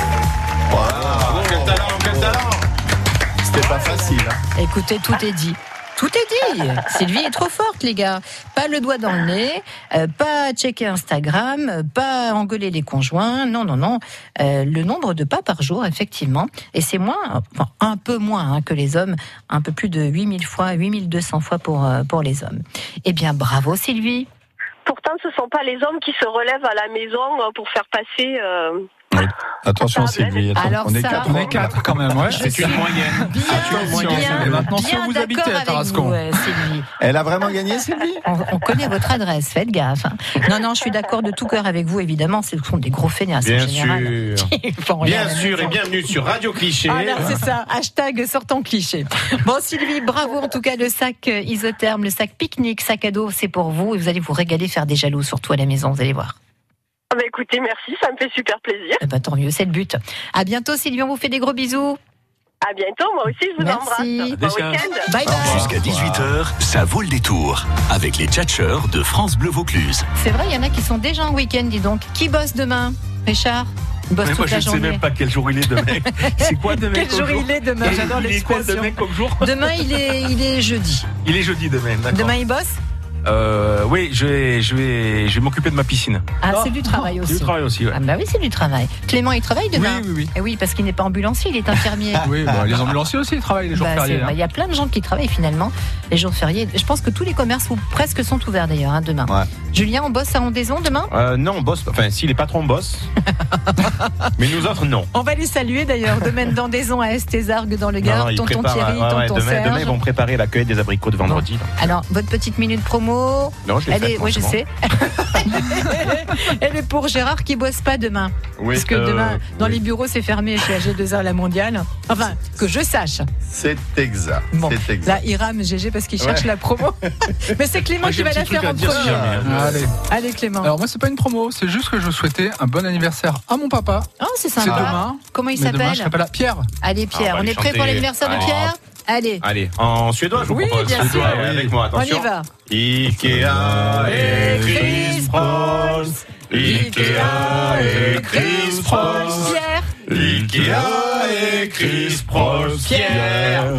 Wow, quel talent. C'était pas facile. Hein. Écoutez, tout est dit. Tout est dit. Sylvie est trop forte, les gars. Pas le doigt dans le nez, pas checker Instagram, pas engueuler les conjoints. Non. Le nombre de pas par jour, effectivement. Et c'est un peu moins que les hommes. Un peu plus de 8000 fois, 8200 fois pour les hommes. Eh bien, bravo, Sylvie. Pourtant, ce ne sont pas les hommes qui se relèvent à la maison pour faire passer... Oui. Attention Sylvie, on est 4 quand même, ouais. C'est une moyenne. Et maintenant, si vous habitez à Tarascon. Elle a vraiment gagné, Sylvie? On connaît votre adresse, faites gaffe. Non, je suis d'accord de tout cœur avec vous, évidemment. Ce sont des gros fainéants, en général. Bien sûr, et bienvenue sur Radio Cliché. Alors, c'est ça, hashtag sortons cliché. Bon, Sylvie, bravo en tout cas, le sac isotherme, le sac pique-nique, sac à dos, c'est pour vous. Et vous allez vous régaler, faire des jaloux, surtout à la maison, vous allez voir. Écoutez, merci, ça me fait super plaisir. Tant mieux, c'est le but. À bientôt, Sylvie, on vous fait des gros bisous. À bientôt, moi aussi, je vous embrasse. Bon week-end. Bye bye. Jusqu'à 18h, ça vaut le détour. Avec les tchatcheurs de France Bleu Vaucluse. C'est vrai, il y en a qui sont déjà en week-end, dis donc. Qui bosse demain? Richard? Moi, je ne sais même pas quel jour il est demain. C'est quoi demain? Quel jour il est demain? J'adore l'expression. Il est quoi demain comme jour? Demain, il est jeudi. Il est jeudi demain, d'accord. Demain, il bosse? Oui, je vais m'occuper de ma piscine. Ah, c'est du travail aussi. C'est du travail aussi, ouais. Ah bah oui, c'est du travail. Clément, il travaille demain? Oui. Et oui, parce qu'il n'est pas ambulancier, il est infirmier. Oui, les ambulanciers aussi, ils travaillent les jours fériés. Il y a plein de gens qui travaillent finalement les jours fériés. Je pense que tous les commerces presque sont ouverts d'ailleurs demain. Ouais. Julien, on bosse à Ondaison demain? Non, on bosse. Enfin, si les patrons bossent. Mais nous autres, non. On va les saluer d'ailleurs. Domaine d'Ondaison à Estézargues dans le Gard. Tonton Thierry, tonton Serge. Demain, ils vont préparer l'accueil des abricots de vendredi. Alors, votre petite minute promo. Non, je sais. Elle est pour Gérard qui bosse pas demain. Oui, parce que demain, dans les bureaux, c'est fermé chez AG2R La Mondiale. Enfin, que je sache. C'est exact. Bon, là, il rame GG parce qu'il cherche la promo. Mais c'est Clément qui va la faire en premier. Allez, Clément. Alors, moi, c'est pas une promo, c'est juste que je souhaitais un bon anniversaire à mon papa. Oh, c'est sympa. C'est demain. Comment il s'appelle? Demain, je m'appelle Pierre. Allez, Pierre. On est prêt pour l'anniversaire de Pierre? Allez, en suédois, je vous propose. Bien sûr. Avec moi, attention. On y va. Ikea et Chris Prols. Ikea et Chris Prols. Pierre. Ikea et Chris Prols. Pierre.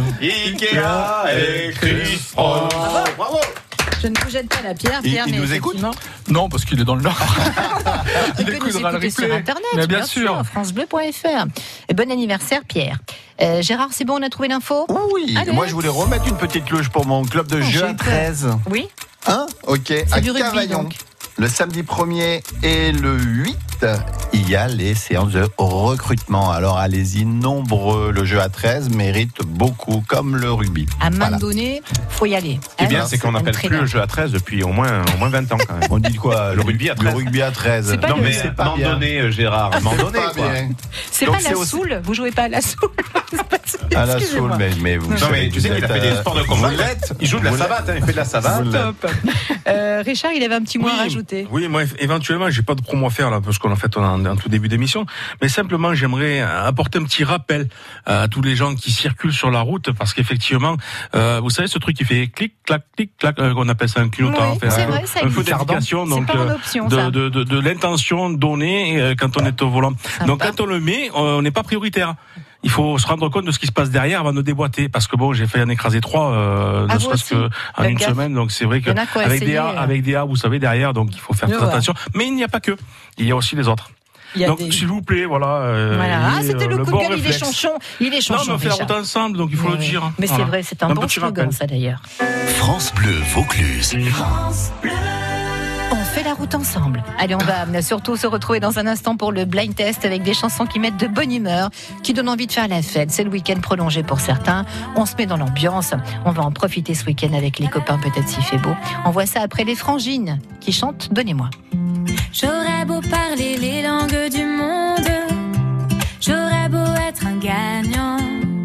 Ikea et Chris Prols. Je ne vous jette pas la pierre, Pierre, il mais nous écoute. Non, parce qu'il est dans le Nord. Il écoutera le replay sur Internet, mais bien sûr. francebleu.fr. Et bon anniversaire, Pierre. Gérard, c'est bon, on a trouvé l'info ? Oui, allez. Moi je voulais remettre une petite cloche pour mon club de jeu à 13. Oui. Hein ? Ok, c'est à du rugby, Cavaillon. donc. Le samedi 1er et le 8, il y a les séances de recrutement. Alors allez-y, nombreux. Le jeu à 13 mérite beaucoup, comme le rugby. À main donnée, faut y aller. Ce qui est bien, c'est qu'on n'appelle plus le jeu à 13 depuis au moins 20 ans quand même. On dit quoi ? Le rugby à 13. Le rugby à 13. C'est pas non, mais c'est pas donné, Gérard. Mandonné, quoi. C'est pas la soule. Vous jouez pas à la soule. À la soule, mais vous. Non, mais tu sais qu'il a fait des sports de combat. Il joue de la savate, il fait de la savate. Richard, il avait un petit mot à rajouter. Oui, moi, éventuellement, j'ai pas de promo à faire là, parce qu'on a fait en tout début d'émission, mais simplement, j'aimerais apporter un petit rappel à tous les gens qui circulent sur la route, parce qu'effectivement, vous savez, ce truc qui fait clic, clac, on appelle ça un clignotant, oui, c'est vrai, ça un feu d'indication, donc de l'intention donnée quand on est au volant. Sympa. Donc quand on le met, on n'est pas prioritaire. Il faut se rendre compte de ce qui se passe derrière avant de déboîter, parce que bon, j'ai fait en écraser 3, ne serait-ce qu'en une semaine, donc c'est vrai que avec des A, vous savez, derrière, donc il faut faire très attention. Mais il n'y a pas que, il y a aussi les autres. Donc, s'il vous plaît, voilà. C'était le coup de gueule, il est chanchon. Non, mais on fait la route ensemble, donc il faut le dire. Mais c'est vrai, c'est un bon slogan, ça d'ailleurs. France Bleu Vaucluse. France Bleu. On fait la route ensemble. Allez, on va surtout se retrouver dans un instant pour le blind test avec des chansons qui mettent de bonne humeur, qui donnent envie de faire la fête. C'est le week-end prolongé pour certains. On se met dans l'ambiance. On va en profiter ce week-end avec les copains, peut-être s'il fait beau. On voit ça après les Frangines qui chantent Donnez-moi. J'aurais beau parler les langues du monde, j'aurais beau être un gagnant,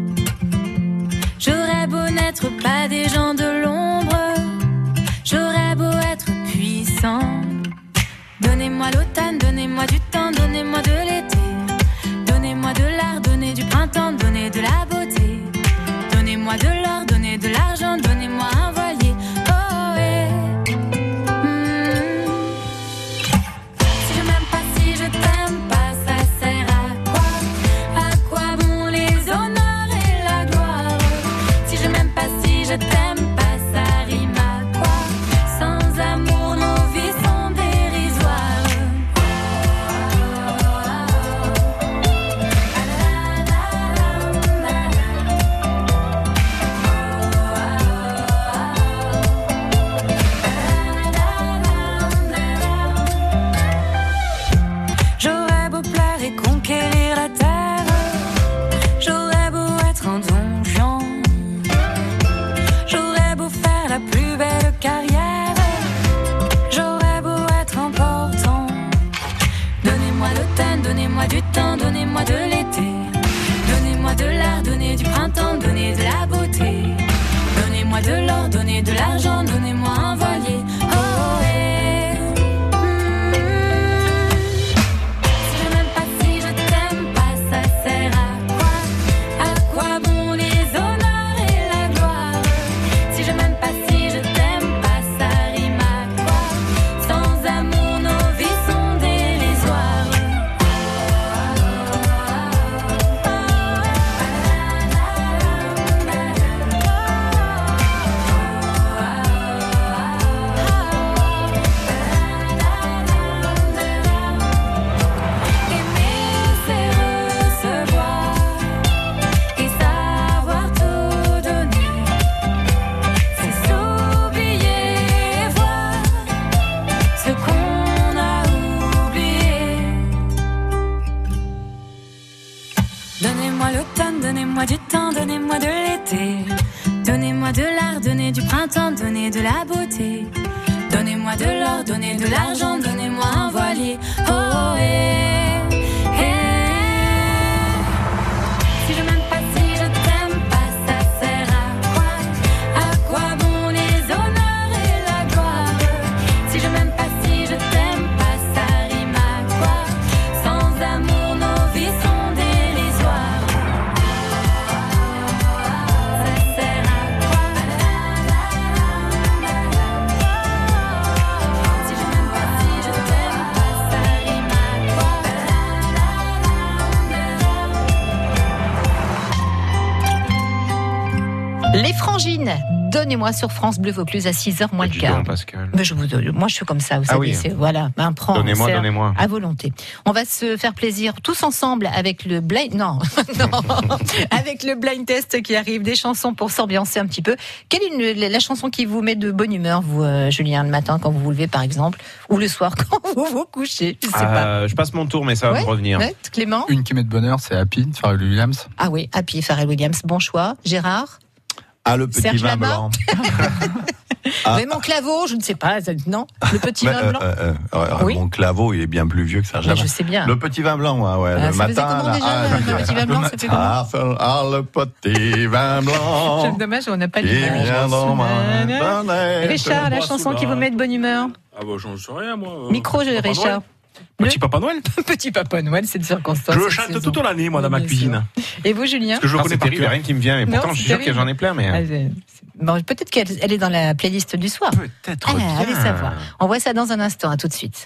j'aurais beau n'être pas des gens de l'ombre, j'aurais beau être puissant. Donnez-moi l'automne, donnez-moi du temps, donnez-moi de l'été, donnez-moi de l'art, donnez du printemps, donnez de la beauté, donnez-moi de l'or, donnez de l'argent, donnez-moi un voilier. Oh, yeah. Si je m'aime pas, si je t'aime pas, ça sert à quoi? À quoi bon les honneurs et la gloire? Si je m'aime pas, si je t'aime pas, ça rime à quoi? Sans amour, nos vies sont dérisoires. J'aurais beau plaire et conquérir la terre, j'aurais beau être un Don Juan, j'aurais beau faire la plus belle carrière, j'aurais beau être important. Donnez-moi l'automne, donnez-moi du temps, donnez-moi de l'été, donnez-moi de l'art, donnez du printemps, donnez de la beauté, donnez-moi de l'or, donnez de l'argent, donnez-moi un voilier. Oh, yeah. Si je m'aime pas, si je t'aime pas, ça sert à quoi? À quoi bon les honneurs et la gloire? Si je m'aime pas, si je t'aime pas, ça rime à quoi? Sans amour, nos vies sont dérisoires. Aimer, c'est recevoir et savoir tout donner. C'est s'oublier et voir ce qu'on a oublié. Donnez-moi l'automne, donnez-moi du temps, donnez-moi de l'été, donnez-moi de l'art, donnez du printemps, donnez de la beauté, donnez-moi de l'or, donnez de l'argent, donnez-moi un voilier. Oh, yeah, yeah. Si je m'aime pas, si je t'aime pas, ça sert à quoi? À quoi bon les honneurs et la gloire? Si je m'aime pas, si je t'aime pas, ça rime à quoi? Sans amour, nos vies sont dérisoires. Ça sert à quoi? Si je m'aime pas, si je t'aime pas, ça rime à quoi? Les Frangines, Donnez-moi sur France Bleu Vaucluse à 6h moins le quart. Pascal. Mais moi, je suis comme ça, vous savez. Oui. Voilà, prends. Donnez-moi. À volonté. On va se faire plaisir tous ensemble avec le blind. Non, avec le blind test qui arrive, des chansons pour s'ambiancer un petit peu. Quelle est la chanson qui vous met de bonne humeur, vous, Julien, le matin quand vous vous levez, par exemple, ou le soir quand vous vous couchez? Je sais pas. Je passe mon tour, mais ça va me revenir. Ouais, Clément. Une qui met de bonheur, c'est Happy de Pharrell Williams. Ah oui, Happy, Pharrell Williams. Bon choix. Gérard. Le petit Serge vin Lama. blanc. Raymond Claveau, je ne sais pas, non. Le petit vin blanc. Raymond Claveau, il est bien plus vieux que Serge Lama. Je sais bien. Le petit vin blanc, le ça matin. Comment déjà, le petit vin blanc, ça fait comment? Le petit vin blanc. C'est dommage, on n'a pas l'image. Richard, la chanson qui vous met de bonne humeur. Ah bah j'en sais rien, moi. Micro, Richard. Petit Papa Noël. Petit Papa Noël, c'est de circonstance. Je le chante toute l'année, moi, dans ma cuisine. Et vous, Julien? Parce que je connais pas, il n'y a rien qui me vient, mais pourtant, je suis sûr que j'en ai plein. Mais... Bon, peut-être qu'elle est dans la playlist du soir. Peut-être bien. Allez savoir. On voit ça dans un instant. À tout de suite.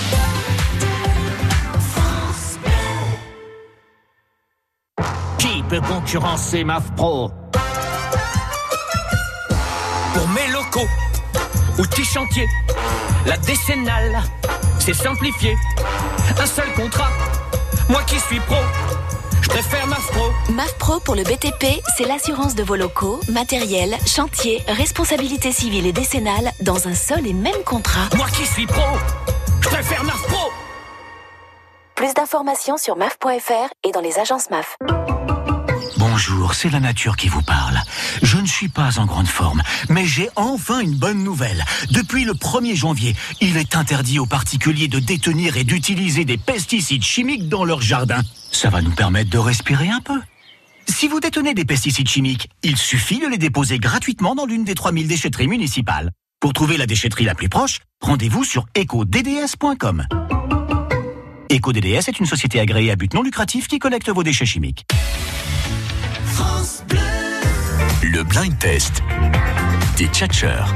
Qui peut concurrencer MAF Pro? Pour mes locaux, outils chantiers, la décennale, c'est simplifié. Un seul contrat, moi qui suis pro, je préfère MAF Pro. MAF Pro pour le BTP, c'est l'assurance de vos locaux, matériel, chantier, responsabilité civile et décennale dans un seul et même contrat. Moi qui suis pro, je préfère MAF Pro. Plus d'informations sur maf.fr et dans les agences MAF. Bonjour, c'est la nature qui vous parle. Je ne suis pas en grande forme, mais j'ai enfin une bonne nouvelle. Depuis le 1er janvier, il est interdit aux particuliers de détenir et d'utiliser des pesticides chimiques dans leur jardin. Ça va nous permettre de respirer un peu. Si vous détenez des pesticides chimiques, il suffit de les déposer gratuitement dans l'une des 3000 déchetteries municipales. Pour trouver la déchetterie la plus proche, rendez-vous sur ecodds.com. EcoDDS est une société agréée à but non lucratif qui collecte vos déchets chimiques. France Bleu. Le blind test des tchatcheurs.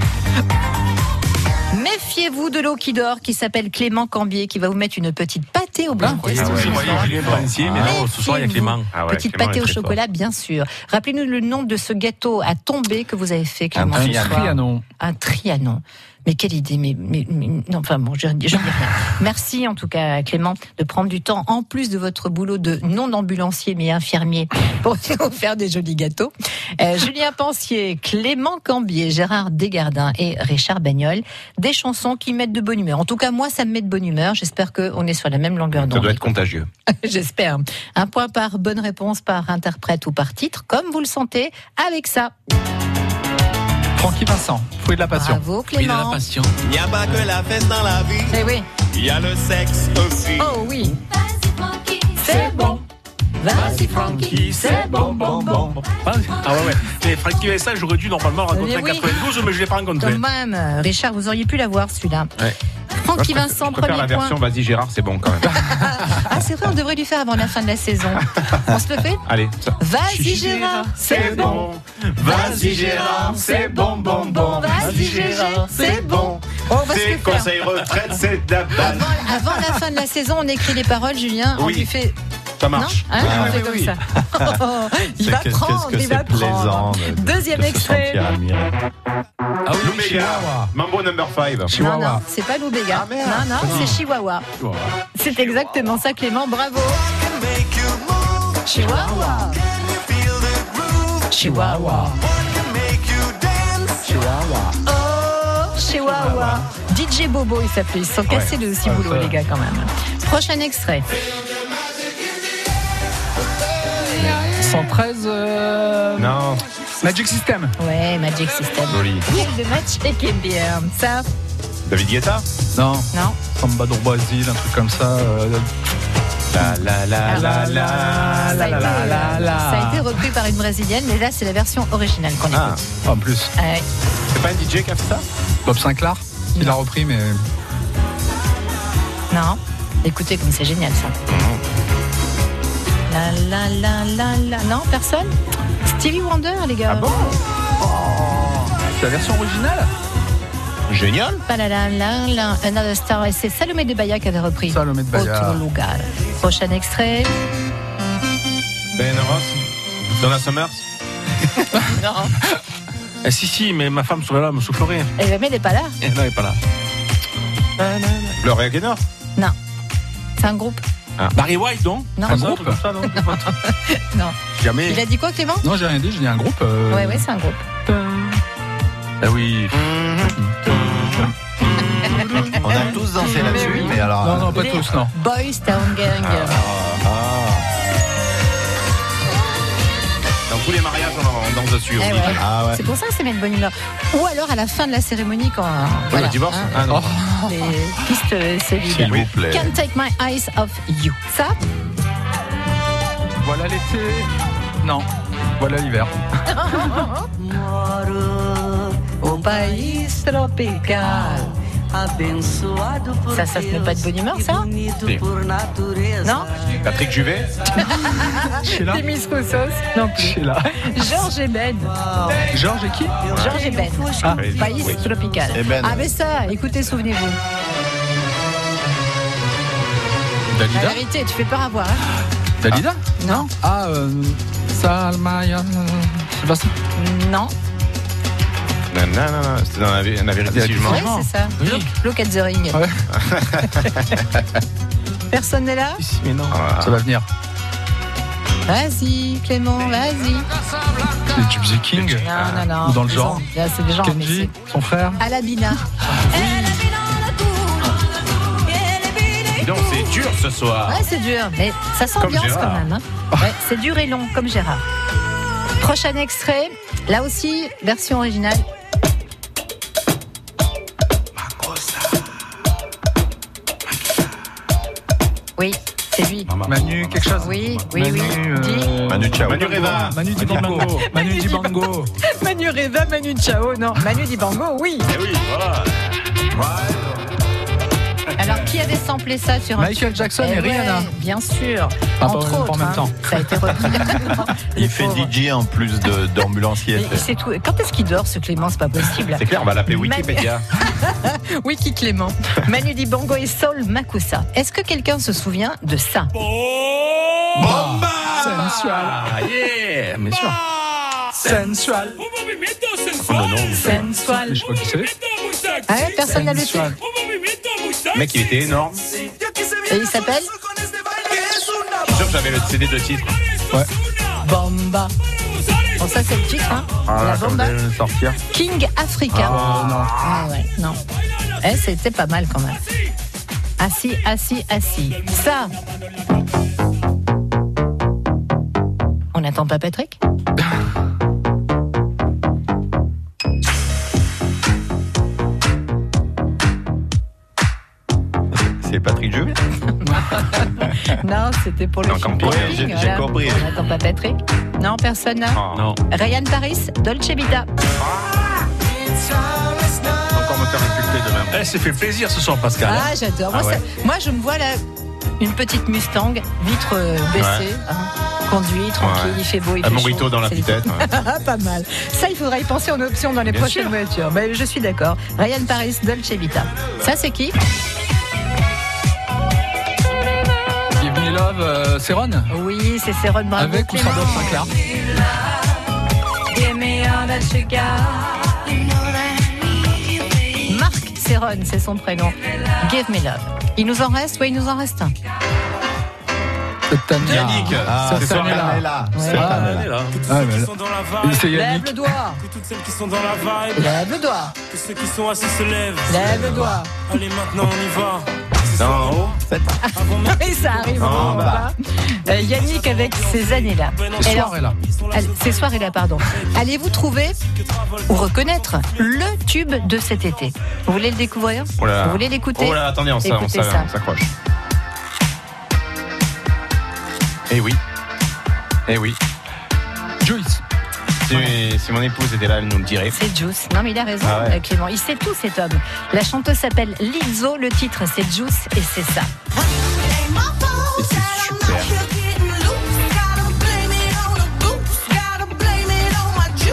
Méfiez-vous de l'eau qui dort, qui s'appelle Clément Cambier, qui va vous mettre une petite pâtée au blind test. Mais non, ce soir il y a Clément. Petite pâtée au chocolat, bien sûr. Rappelez-nous le nom de ce gâteau à tomber que vous avez fait, Clément. Un Trianon. Un Trianon. Mais quelle idée, non, enfin bon, je dis rien. Merci en tout cas Clément de prendre du temps, en plus de votre boulot de non-ambulancier mais infirmier, pour vous faire des jolis gâteaux. Julien Pensier, Clément Cambier, Gérard Desgardins et Richard Bagnol, des chansons qui mettent de bonne humeur. En tout cas, moi, ça me met de bonne humeur. J'espère qu'on est sur la même longueur d'onde. Ça doit être contagieux. J'espère. Un point par bonne réponse, par interprète ou par titre, comme vous le sentez, avec ça. Francky Vincent, Fruit de la passion. Bravo Clément. Fruit de la passion. Il n'y a pas que la fête dans la vie. Eh oui. Il y a le sexe aussi. Oh oui. Vas-y Francky, c'est bon. Vas-y Francky, c'est bon. Ah ouais. Mais Francky Vincent, j'aurais dû normalement rencontrer en 92, mais je ne l'ai pas rencontré. Quand même, Richard, vous auriez pu l'avoir celui-là. Ouais. Francky Vincent, premier point. la version Vas-y Gérard, c'est bon quand même. Ah c'est vrai, on devrait lui faire avant la fin de la saison. On se le fait ? Allez. Vas-y Gérard, c'est bon. Vas-y Gérard, c'est bon. Vas-y Gérard, c'est bon. C'est conseil retraite, c'est de la base. Avant la fin de la saison, on écrit les paroles, Julien. Oui. On lui fait... Ça marche. Non, on fait comme ça. Il va prendre. Plaisant. Deuxième extrait. Lou Bega, Mambo No. 5. Non, c'est pas Lou Bega. Non, c'est Chihuahua. C'est exactement ça, Clément. Bravo. Chihuahua. Oh, Chihuahua. DJ Bobo, il s'appelait. Ils se sont cassés le ciboulot, les gars, quand même. Prochain extrait. 113 Non. Magic System. Ouais, Magic System. Joli. De Magic and Beer. Ça. David Guetta. Non. Samba do Brasil, un truc comme ça. La. Ça a été repris par une brésilienne, mais là c'est la version originale qu'on écoute. En plus. C'est pas un DJ qui a fait ça ? Bob Sinclair. Il l'a repris, mais. Non. Écoutez comme c'est génial ça. La. Non, personne ? Stevie Wonder, les gars. Ah bon ? C'est la version originale ? Génial. Another Star. Et c'est Salomé de Bahia qui avait repris. Salomé de Bahia. Autre lugar. Prochain extrait. Ben Ross. Donna Summers. Non. Si, mais ma femme serait là, me soufflerait. Mais elle n'est pas là. Non, elle n'est pas là. Gloria Gaynor? Non. C'est un groupe. Barry White, non? Non. Un groupe? Non. Jamais. Il a dit quoi, Clément? Non, j'ai rien dit, j'ai dit un groupe. Ouais, c'est un groupe. Ah oui. On a tous dansé là-dessus, mais alors. Non, pas tous, non. Boys Town Gang. Dans tous les mariages, on danse dessus. Ouais. Ouais. C'est pour ça que ça met de bonne humeur. Ou alors à la fin de la cérémonie, quand. Le divorce? Non. Les pistes solides. S'il vous plaît. Can't take my eyes off you. Ça? Voilà l'été. Non. Voilà l'hiver. Au pays tropical. Ça se met pas de bonne humeur, ça? Non? Patrick Juvet? Des Miss Roussos? Non plus. Georges Eben. Georges et qui? Georges Eben. Pays tropical. Eben. Ah, mais ça, écoutez, souvenez-vous. Dalida? La vérité, tu fais peur à voir. Dalida? Non. Ah, Salmaya. Sébastien? Non. Non, c'était dans la vérité si je mens. Oui, c'est ça. Look at the ring. Ouais. Personne n'est là? Mais non. Ça va venir. Vas-y, Clément, vas-y. Les Gypsy King? Non. Ou dans le genre? Là, c'est des genres. Kenji, son frère? Alabina. Dis donc, c'est dur ce soir. Ouais, c'est dur, mais ça s'ambiance quand même. Ouais, c'est dur et long, comme Gérard. Prochain extrait, là aussi, version originale. Oui, c'est lui. Manu, quelque chose? Oui. Manu Chao. Manu Reva. Manu Dibango. Manu Dibango. Manu Reva, Manu Chao, non. Manu Dibango, oui. Eh oui, voilà. Alors, qui avait samplé ça sur un Michael Jackson et Rihanna. Bien sûr. Pas Entre autres, en même temps. Ça a été repris. Il fait DJ en plus d'ambulancier. C'est tout. Quand est-ce qu'il dort, ce Clément? C'est pas possible. C'est clair, on va l'appeler Wikipédia. Wiki Clément. Manu Dibango et Saul Makusa. Est-ce que quelqu'un se souvient de ça? Bomba! Sensual. Yeah, bien sûr. Sensual. Oh non. Sensual. Je sais pas qui c'est. Ah ouais, personne n'a le titre. Le mec, il était énorme. Et il s'appelle? Je suis sûr que j'avais le CD de titre. Ouais. Bomba. Bon, ça, c'est le titre, hein. La Bomba. Sortir. King Africa. Non. Ah ouais, non. C'était pas mal quand même. Assis. Ça. On n'attend pas Patrick? C'est Patrick Juvet? Non, c'était pour le camping. J'ai compris. On n'attend pas Patrick? Non, personne là? Non. Ryan Paris, Dolce Vita. Encore me faire insulter demain. Elle s'est fait plaisir ce soir, Pascal. Ah, j'adore. Moi, je me vois là, une petite Mustang, vitre baissée, conduit, tranquille, il fait beau, il fait chaud. Un morito dans la petite. Pas mal. Ça, il faudra y penser en option dans les prochaines voitures. Mais je suis d'accord. Ryan Paris, Dolce Vita. Ça, c'est qui? Give Me Love, c'est Ron? Oui, c'est Céron, bravo. Avec ou sans Bob Sinclair? Marc Céron, c'est son prénom. Give Me Love. Il nous en reste? Oui, il nous en reste un. Yannick. C'est ça, là. C'est là. C'est Lève Yannick. le doigt. Que toutes celles qui sont dans la vibe. Lève le doigt. Que ceux qui sont assis se lèvent. Lève le doigt. Allez, maintenant on y va. En haut. Oui, ça arrive en bas. Yannick avec ces années-là. Ces soirées-là. Ces soirées-là, pardon. Allez-vous trouver ou reconnaître le tube de cet été? Vous voulez le découvrir? Oh là. Vous voulez l'écouter? Oh là, attendez, on Écoutez ça. s'accroche. Eh oui. Juice. Si mon épouse était là, elle nous le dirait. C'est Juice. Non, mais il a raison, Clément. Il sait tout, cet homme. La chanteuse s'appelle Lizzo. Le titre, c'est Juice et c'est ça. Et c'est super.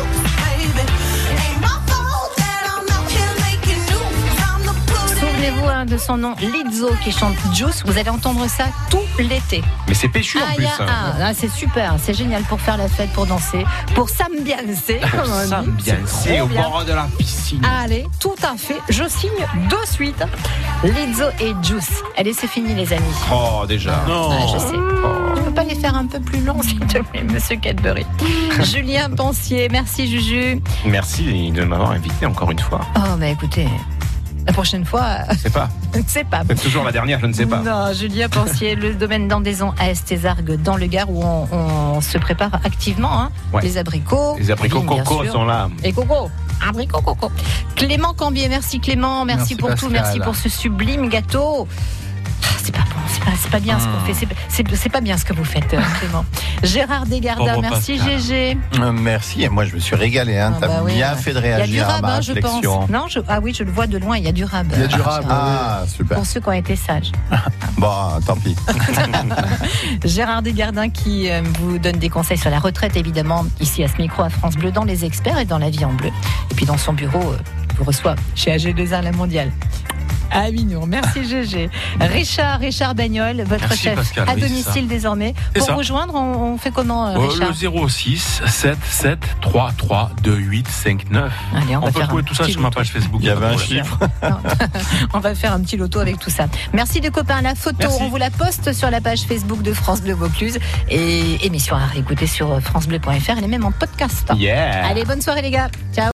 Souvenez-vous, copain de son nom, Lizzo, qui chante Juice. Vous allez entendre ça tout l'été. Mais c'est péchu en plus. C'est super, c'est génial pour faire la fête, pour danser, pour s'ambiancer. Pour s'ambiancer au bord de la piscine. Allez, tout à fait, je signe de suite. Lizzo et Juice. Allez, c'est fini les amis. Oh, déjà. Non. Je sais. On ne peut pas les faire un peu plus longs, s'il te plaît, monsieur Cadbury. Julien Pensier, merci Juju. Merci de m'avoir invité encore une fois. Oh, bah écoutez, la prochaine fois... Je sais pas. Je ne sais pas. C'est toujours la dernière, je ne sais pas. Non, Julien Pensier, le domaine d'Andaison à Estézargues, dans le Gard, où on se prépare activement. Hein. Ouais. Les abricots. Les abricots coco sont là. Et coco. Abricot coco. Clément Cambier, merci Clément, merci pour Pascal. Tout, merci pour ce sublime gâteau. C'est pas bon, c'est pas bien ce qu'on fait, c'est pas bien ce que vous faites, Clément. Gérard Desgardins, merci Pascal. GG. Merci, et moi je me suis régalé, hein. T'as bien fait de réagir. Il y a du rab, à ma réflexion. Je pense. Non, ah oui, je le vois de loin, il y a du rab. Il y a du rab, super. Pour ceux qui ont été sages. Bon, tant pis. Gérard Desgardins qui vous donne des conseils sur la retraite, évidemment, ici à ce micro à France Bleu, dans Les Experts et dans La Vie en Bleu. Et puis dans son bureau, vous reçoit chez AG2R La Mondiale. À Avignon. Merci GG. Richard Bagnol, votre chef Pascal, à domicile désormais. Pour vous joindre, on fait comment, Richard? Le 06 77 33 28 59. Allez, on peut trouver tout ça sur ma page Facebook. Il y avait un chiffre. On va faire un petit loto avec tout ça. Merci de copains. La photo, merci. On vous la poste sur la page Facebook de France Bleu Vaucluse. Et émission à réécouter sur francebleu.fr. Elle est même en podcast. Yeah. Allez, bonne soirée les gars. Ciao.